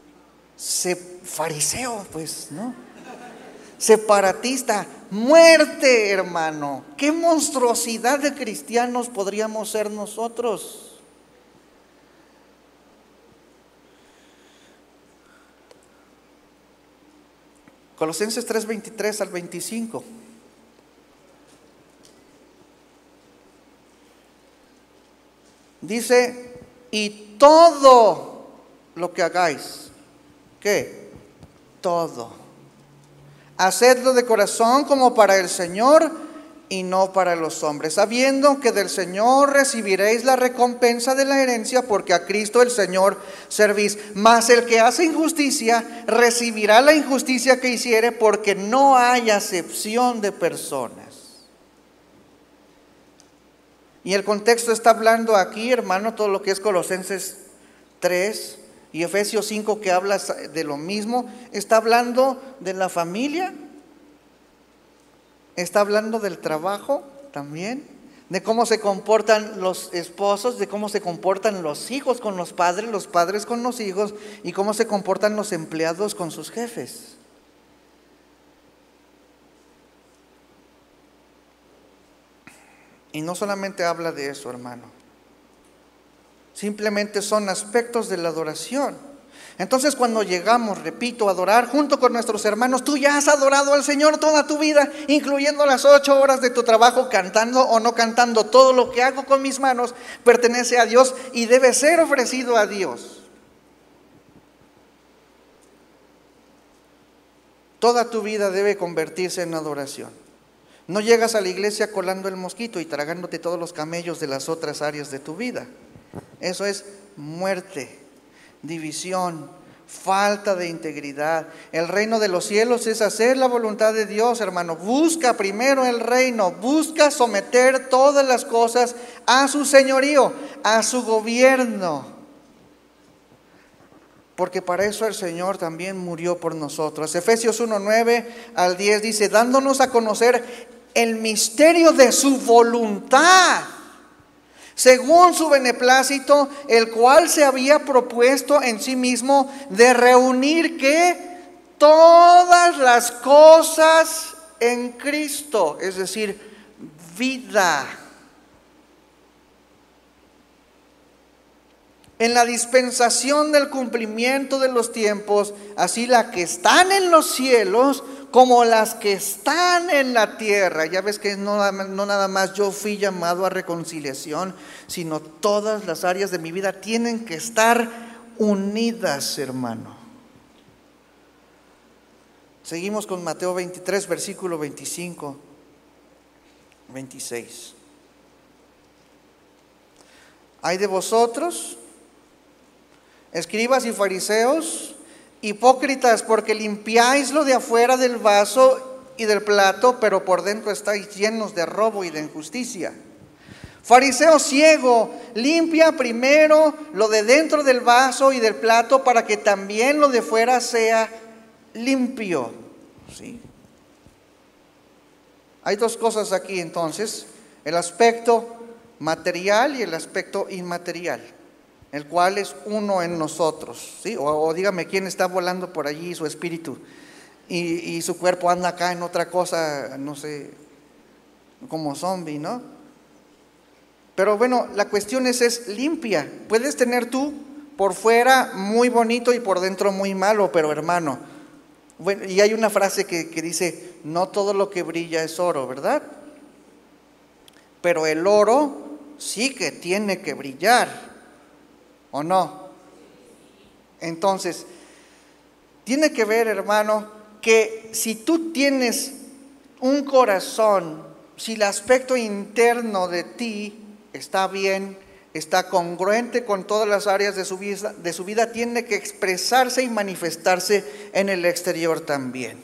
Fariseo, pues, ¿no? Separatista, muerte, hermano. ¿Qué monstruosidad de cristianos podríamos ser nosotros? Colosenses 3:23 al 25. Dice, y todo lo que hagáis, ¿qué? Todo. Hacedlo de corazón como para el Señor y no para los hombres, sabiendo que del Señor recibiréis la recompensa de la herencia, porque a Cristo el Señor servís. Mas el que hace injusticia recibirá la injusticia que hiciere, porque no hay acepción de personas. Y el contexto está hablando aquí, hermano, todo lo que es Colosenses 3 y Efesios 5, que habla de lo mismo. Está hablando de la familia, está hablando del trabajo también, de cómo se comportan los esposos, de cómo se comportan los hijos con los padres con los hijos, y cómo se comportan los empleados con sus jefes. Y no solamente habla de eso, hermano. Simplemente son aspectos de la adoración. Entonces cuando llegamos, repito, a adorar junto con nuestros hermanos, tú ya has adorado al Señor toda tu vida, incluyendo las 8 horas de tu trabajo, cantando o no cantando. Todo lo que hago con mis manos pertenece a Dios y debe ser ofrecido a Dios. Toda tu vida debe convertirse en adoración. No llegas a la iglesia colando el mosquito y tragándote todos los camellos de las otras áreas de tu vida. Eso es muerte, división, falta de integridad. El reino de los cielos es hacer la voluntad de Dios, hermano. Busca primero el reino, busca someter todas las cosas a su señorío, a su gobierno. Porque para eso el Señor también murió por nosotros. Efesios 1:9-10 dice, dándonos a conocer el misterio de su voluntad, según su beneplácito, el cual se había propuesto en sí mismo de reunir ¿qué? Todas las cosas en Cristo, es decir, vida. En la dispensación del cumplimiento de los tiempos, así las que están en los cielos como las que están en la tierra. Ya ves que no nada más yo fui llamado a reconciliación, sino todas las áreas de mi vida tienen que estar unidas, hermano. Seguimos con Mateo 23, versículo 25, 26. Hay de vosotros, escribas y fariseos, hipócritas, porque limpiáis lo de afuera del vaso y del plato, pero por dentro estáis llenos de robo y de injusticia. Fariseo ciego, limpia primero lo de dentro del vaso y del plato para que también lo de fuera sea limpio. ¿Sí? Hay dos cosas aquí entonces, el aspecto material y el aspecto inmaterial, el cual es uno en nosotros, ¿sí? O dígame quién está volando por allí su espíritu y su cuerpo anda acá en otra cosa, no sé, como zombie, ¿no? Pero bueno, la cuestión es limpia. Puedes tener tú por fuera muy bonito y por dentro muy malo, pero hermano, bueno, y hay una frase que dice, no todo lo que brilla es oro, ¿verdad? Pero el oro sí que tiene que brillar, ¿o no? Entonces, tiene que ver, hermano, que si tú tienes un corazón, si el aspecto interno de ti está bien, está congruente con todas las áreas de su vida, tiene que expresarse y manifestarse en el exterior también.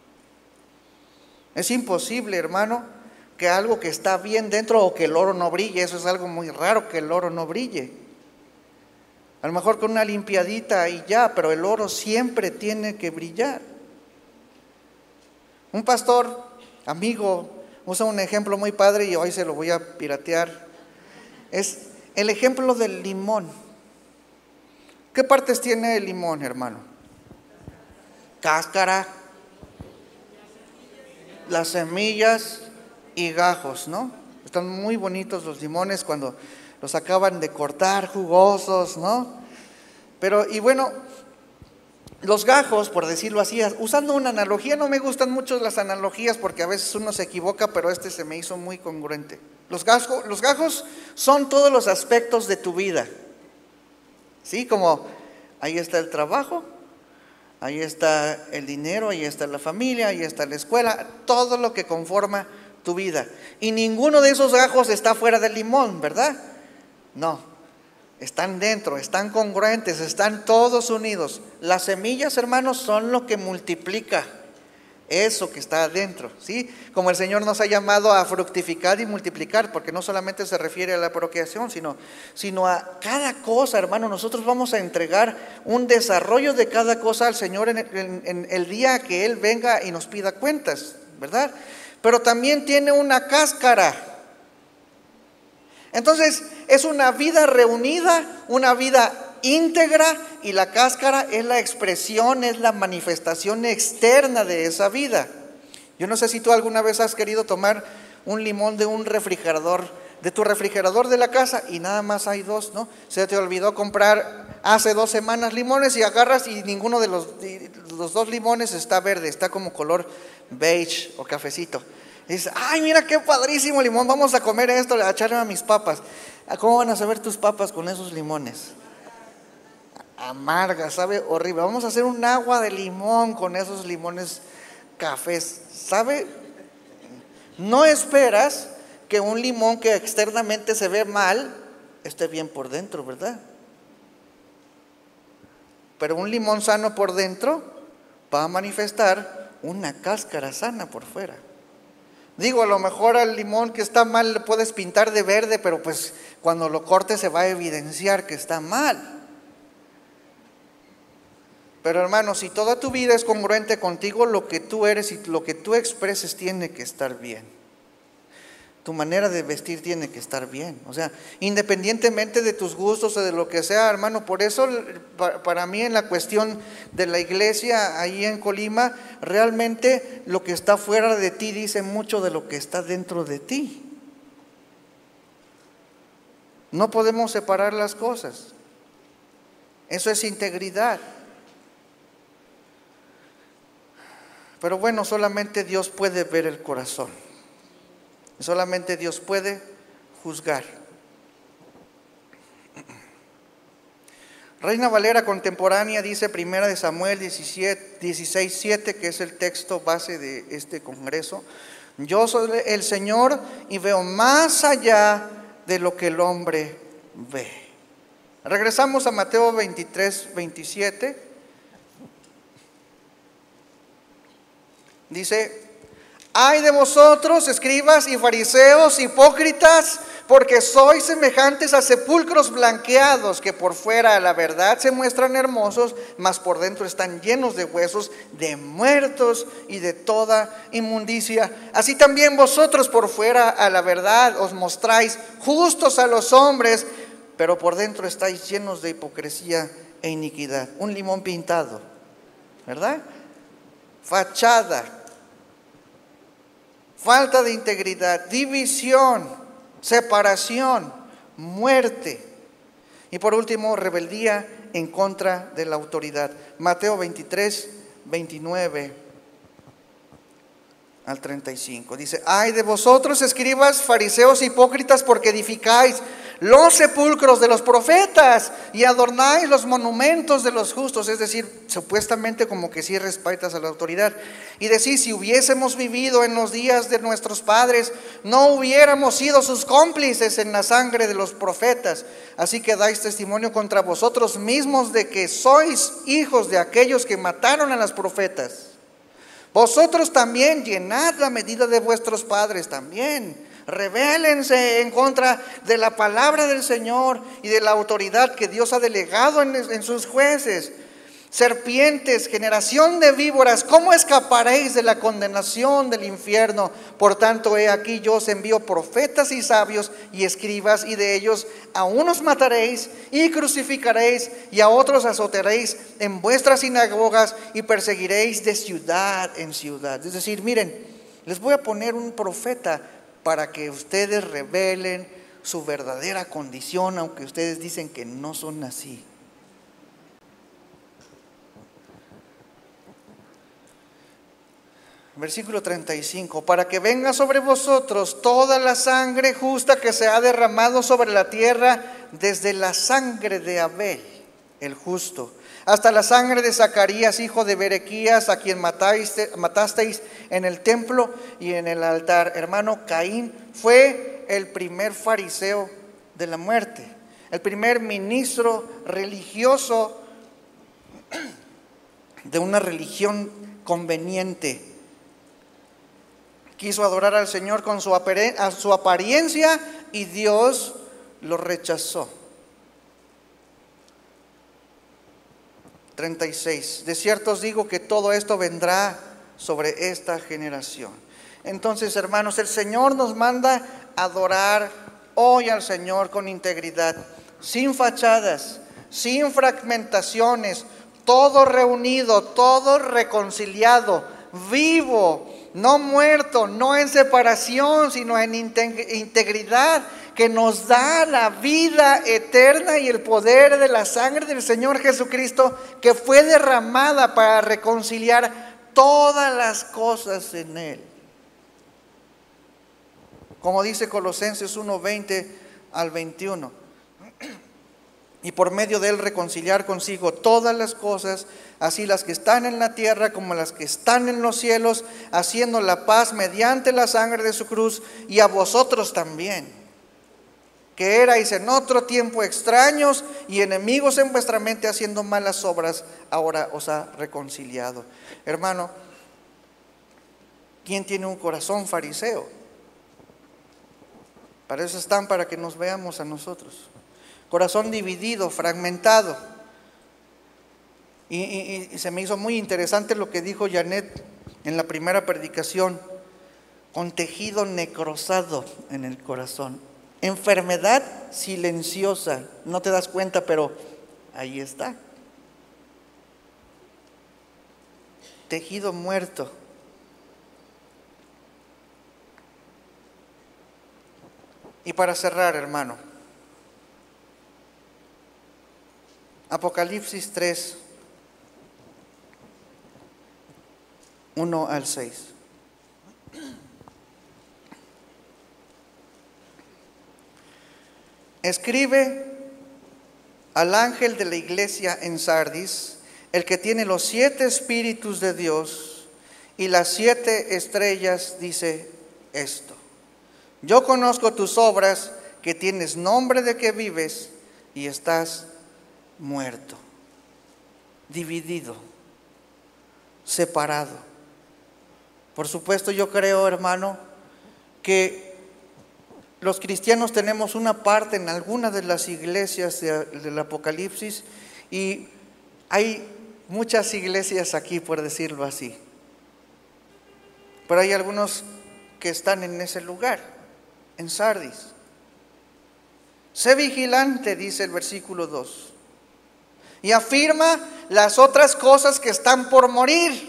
Es imposible, hermano, que algo que está bien dentro o que el oro no brille. Eso es algo muy raro, que el oro no brille. A lo mejor con una limpiadita y ya, pero el oro siempre tiene que brillar. Un pastor, amigo, usa un ejemplo muy padre y hoy se lo voy a piratear. Es el ejemplo del limón. ¿Qué partes tiene el limón, hermano? Cáscara, las semillas y gajos, ¿no? Están muy bonitos los limones cuando los acaban de cortar, jugosos, ¿no? Pero, y bueno, los gajos, por decirlo así, usando una analogía, no me gustan mucho las analogías porque a veces uno se equivoca, pero se me hizo muy congruente. Los gajos son todos los aspectos de tu vida, ¿sí? Como ahí está el trabajo, ahí está el dinero, ahí está la familia, ahí está la escuela, todo lo que conforma tu vida. Y ninguno de esos gajos está fuera del limón, ¿verdad? No, están dentro, están congruentes, están todos unidos. Las semillas, hermanos, son lo que multiplica eso que está adentro, ¿sí? Como el Señor nos ha llamado a fructificar y multiplicar, porque no solamente se refiere a la procreación, sino a cada cosa, hermano. Nosotros vamos a entregar un desarrollo de cada cosa al Señor en el día que Él venga y nos pida cuentas, ¿verdad? Pero también tiene una cáscara. Entonces, es una vida reunida, una vida íntegra, y la cáscara es la expresión, es la manifestación externa de esa vida. Yo no sé si tú alguna vez has querido tomar un limón de un refrigerador de tu refrigerador de la casa y nada más hay dos, ¿no? Se te olvidó comprar hace 2 semanas limones y agarras y ninguno de los 2 limones está verde, está como color beige o cafecito. Y dices, ay, mira qué padrísimo limón, vamos a comer esto, a echarle a mis papas. ¿Cómo van a saber tus papas con esos limones? Amarga, sabe horrible. Vamos a hacer un agua de limón con esos limones cafés, ¿sabe? No esperas que un limón que externamente se ve mal esté bien por dentro, ¿verdad? Pero un limón sano por dentro va a manifestar una cáscara sana por fuera. Digo, a lo mejor al limón que está mal le puedes pintar de verde, pero pues cuando lo cortes se va a evidenciar que está mal. Pero hermano, si toda tu vida es congruente contigo, lo que tú eres y lo que tú expreses tiene que estar bien. Tu manera de vestir tiene que estar bien. O sea, independientemente de tus gustos o de lo que sea, hermano. Por eso, para mí en la cuestión de la iglesia ahí en Colima, realmente lo que está fuera de ti dice mucho de lo que está dentro de ti. No podemos separar las cosas. Eso es integridad. Pero bueno, solamente Dios puede ver el corazón. Solamente Dios puede juzgar. Reina Valera contemporánea dice 1 Samuel 16:7, que es el texto base de este congreso. Yo soy el Señor y veo más allá de lo que el hombre ve. Regresamos a Mateo 23:27. Dice: ay de vosotros, escribas y fariseos, hipócritas, porque sois semejantes a sepulcros blanqueados, que por fuera a la verdad se muestran hermosos, mas por dentro están llenos de huesos, de muertos y de toda inmundicia. Así también vosotros por fuera a la verdad os mostráis justos a los hombres, pero por dentro estáis llenos de hipocresía e iniquidad. Un limón pintado, ¿verdad? Fachada, falta de integridad, división, separación, muerte. Y por último, rebeldía en contra de la autoridad. Mateo 23:29 al 35. Dice: ay de vosotros, escribas, fariseos, hipócritas, porque edificáis los sepulcros de los profetas y adornáis los monumentos de los justos. Es decir, supuestamente como que sí respetas a la autoridad. Y decís: si hubiésemos vivido en los días de nuestros padres, no hubiéramos sido sus cómplices en la sangre de los profetas. Así que dais testimonio contra vosotros mismos de que sois hijos de aquellos que mataron a los profetas. Vosotros también llenad la medida de vuestros padres también. Rebélense en contra de la palabra del Señor y de la autoridad que Dios ha delegado en sus jueces. Serpientes, generación de víboras, ¿cómo escaparéis de la condenación del infierno? Por tanto, he aquí yo os envío profetas y sabios y escribas, y de ellos a unos mataréis y crucificaréis, y a otros azotaréis en vuestras sinagogas y perseguiréis de ciudad en ciudad. Es decir, miren, les voy a poner un profeta para que ustedes revelen su verdadera condición, aunque ustedes dicen que no son así. Versículo 35: para que venga sobre vosotros toda la sangre justa que se ha derramado sobre la tierra, desde la sangre de Abel, el justo, hasta la sangre de Zacarías, hijo de Berequías, a quien matasteis en el templo y en el altar. Hermano, Caín fue el primer fariseo de la muerte, el primer ministro religioso de una religión conveniente. Quiso adorar al Señor con su apariencia y Dios lo rechazó. 36: de cierto os digo que todo esto vendrá sobre esta generación. Entonces, hermanos, el Señor nos manda adorar hoy al Señor con integridad, sin fachadas, sin fragmentaciones, todo reunido, todo reconciliado, vivo, no muerto, no en separación, sino en integridad, que nos da la vida eterna y el poder de la sangre del Señor Jesucristo, que fue derramada para reconciliar todas las cosas en Él. Como dice Colosenses 1:20 al 21. Y por medio de Él reconciliar consigo todas las cosas, así las que están en la tierra como las que están en los cielos, haciendo la paz mediante la sangre de su cruz, y a vosotros también, que erais en otro tiempo extraños y enemigos en vuestra mente, haciendo malas obras, ahora os ha reconciliado. Hermano, ¿quién tiene un corazón fariseo? Para eso están, para que nos veamos a nosotros. Corazón dividido, fragmentado. Y se me hizo muy interesante lo que dijo Janet en la primera predicación: con tejido necrosado en el corazón, enfermedad silenciosa, no te das cuenta, pero ahí está, tejido muerto. Y para cerrar, hermano, Apocalipsis 3, 1 al 6. Escribe al ángel de la iglesia en Sardis, el que tiene los 7 espíritus de Dios y las 7 estrellas, dice esto: yo conozco tus obras, que tienes nombre de que vives y estás muerto, dividido, separado. Por supuesto, yo creo, hermano, que los cristianos tenemos una parte en alguna de las iglesias del Apocalipsis, y hay muchas iglesias aquí, por decirlo así, pero hay algunos que están en ese lugar, en Sardis. Sé vigilante, dice el versículo 2, y afirma las otras cosas que están por morir,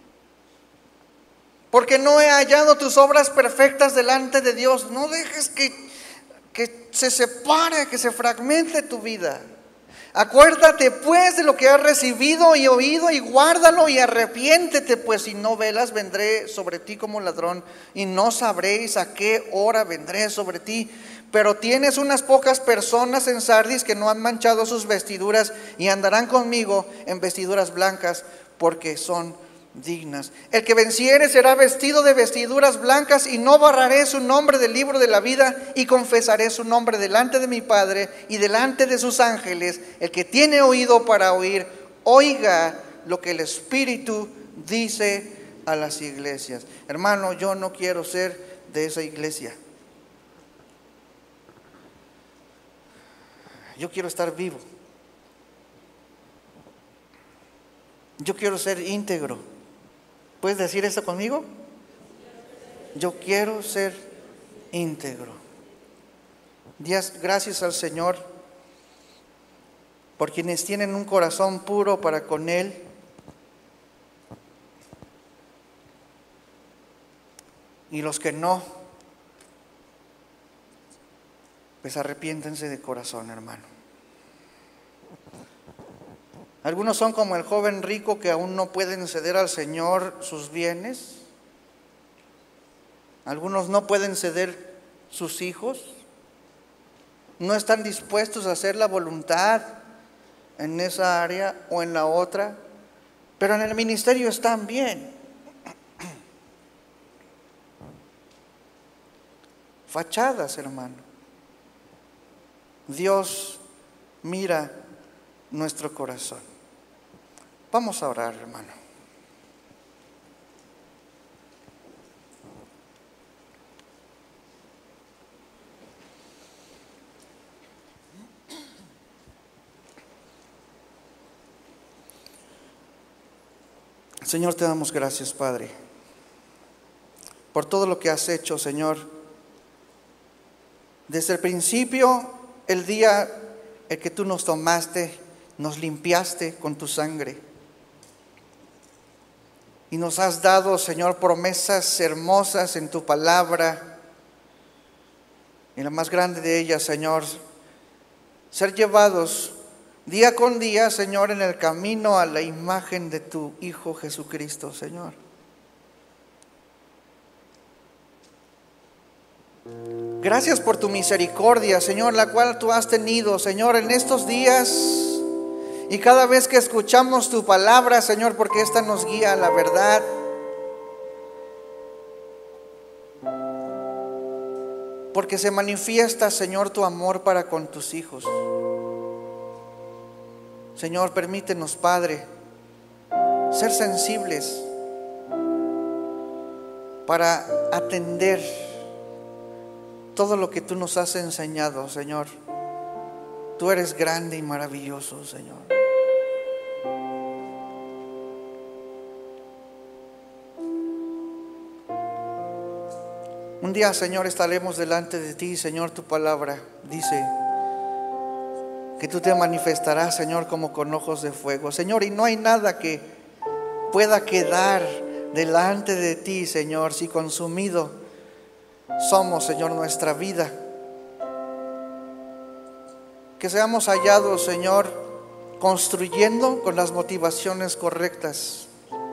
porque no he hallado tus obras perfectas delante de Dios. No dejes que se separe, que se fragmente tu vida. Acuérdate pues de lo que has recibido y oído, y guárdalo, y arrepiéntete, pues si no velas, vendré sobre ti como ladrón, y no sabréis a qué hora vendré sobre ti. Pero tienes unas pocas personas en Sardis que no han manchado sus vestiduras, y andarán conmigo en vestiduras blancas, porque son dignas. El que venciere será vestido de vestiduras blancas, y no borraré su nombre del libro de la vida, y confesaré su nombre delante de mi Padre y delante de sus ángeles. El que tiene oído para oír, oiga lo que el Espíritu dice a las iglesias. Hermano, yo no quiero ser de esa iglesia. Yo quiero estar vivo. Yo quiero ser íntegro. ¿Puedes decir eso conmigo? Yo quiero ser íntegro. Gracias al Señor por quienes tienen un corazón puro para con Él. Y los que no, pues arrepiéntense de corazón, hermano. Algunos son como el joven rico, que aún no pueden ceder al Señor sus bienes. Algunos no pueden ceder sus hijos. No están dispuestos a hacer la voluntad en esa área o en la otra, pero en el ministerio están bien. Fachadas, hermano. Dios mira nuestro corazón. Vamos a orar, hermano. Señor, te damos gracias, Padre, por todo lo que has hecho, Señor. Desde el principio, el día en que tú nos tomaste, nos limpiaste con tu sangre. y nos has dado, Señor, promesas hermosas en tu palabra. Y la más grande de ellas, Señor, ser llevados día con día, Señor, en el camino a la imagen de tu Hijo Jesucristo, Señor. Gracias por tu misericordia, Señor, la cual tú has tenido, Señor, en estos días. Y cada vez que escuchamos tu palabra, Señor, porque esta nos guía a la verdad. Porque se manifiesta, Señor, tu amor para con tus hijos. Señor, permítenos, Padre, ser sensibles para atender todo lo que tú nos has enseñado, Señor. Tú eres grande y maravilloso, Señor. Un día, Señor, estaremos delante de ti, Señor. Tu palabra dice que tú te manifestarás, Señor, como con ojos de fuego, Señor, y no hay nada que pueda quedar delante de ti, Señor, si consumido somos, Señor, nuestra vida. Que seamos hallados, Señor, construyendo con las motivaciones correctas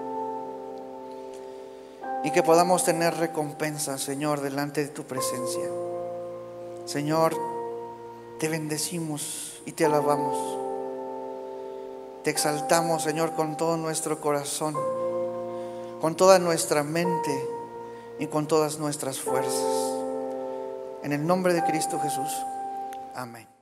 y que podamos tener recompensa, Señor, delante de tu presencia. Señor, te bendecimos y te alabamos. Te exaltamos, Señor, con todo nuestro corazón, con toda nuestra mente y con todas nuestras fuerzas. En el nombre de Cristo Jesús. Amén.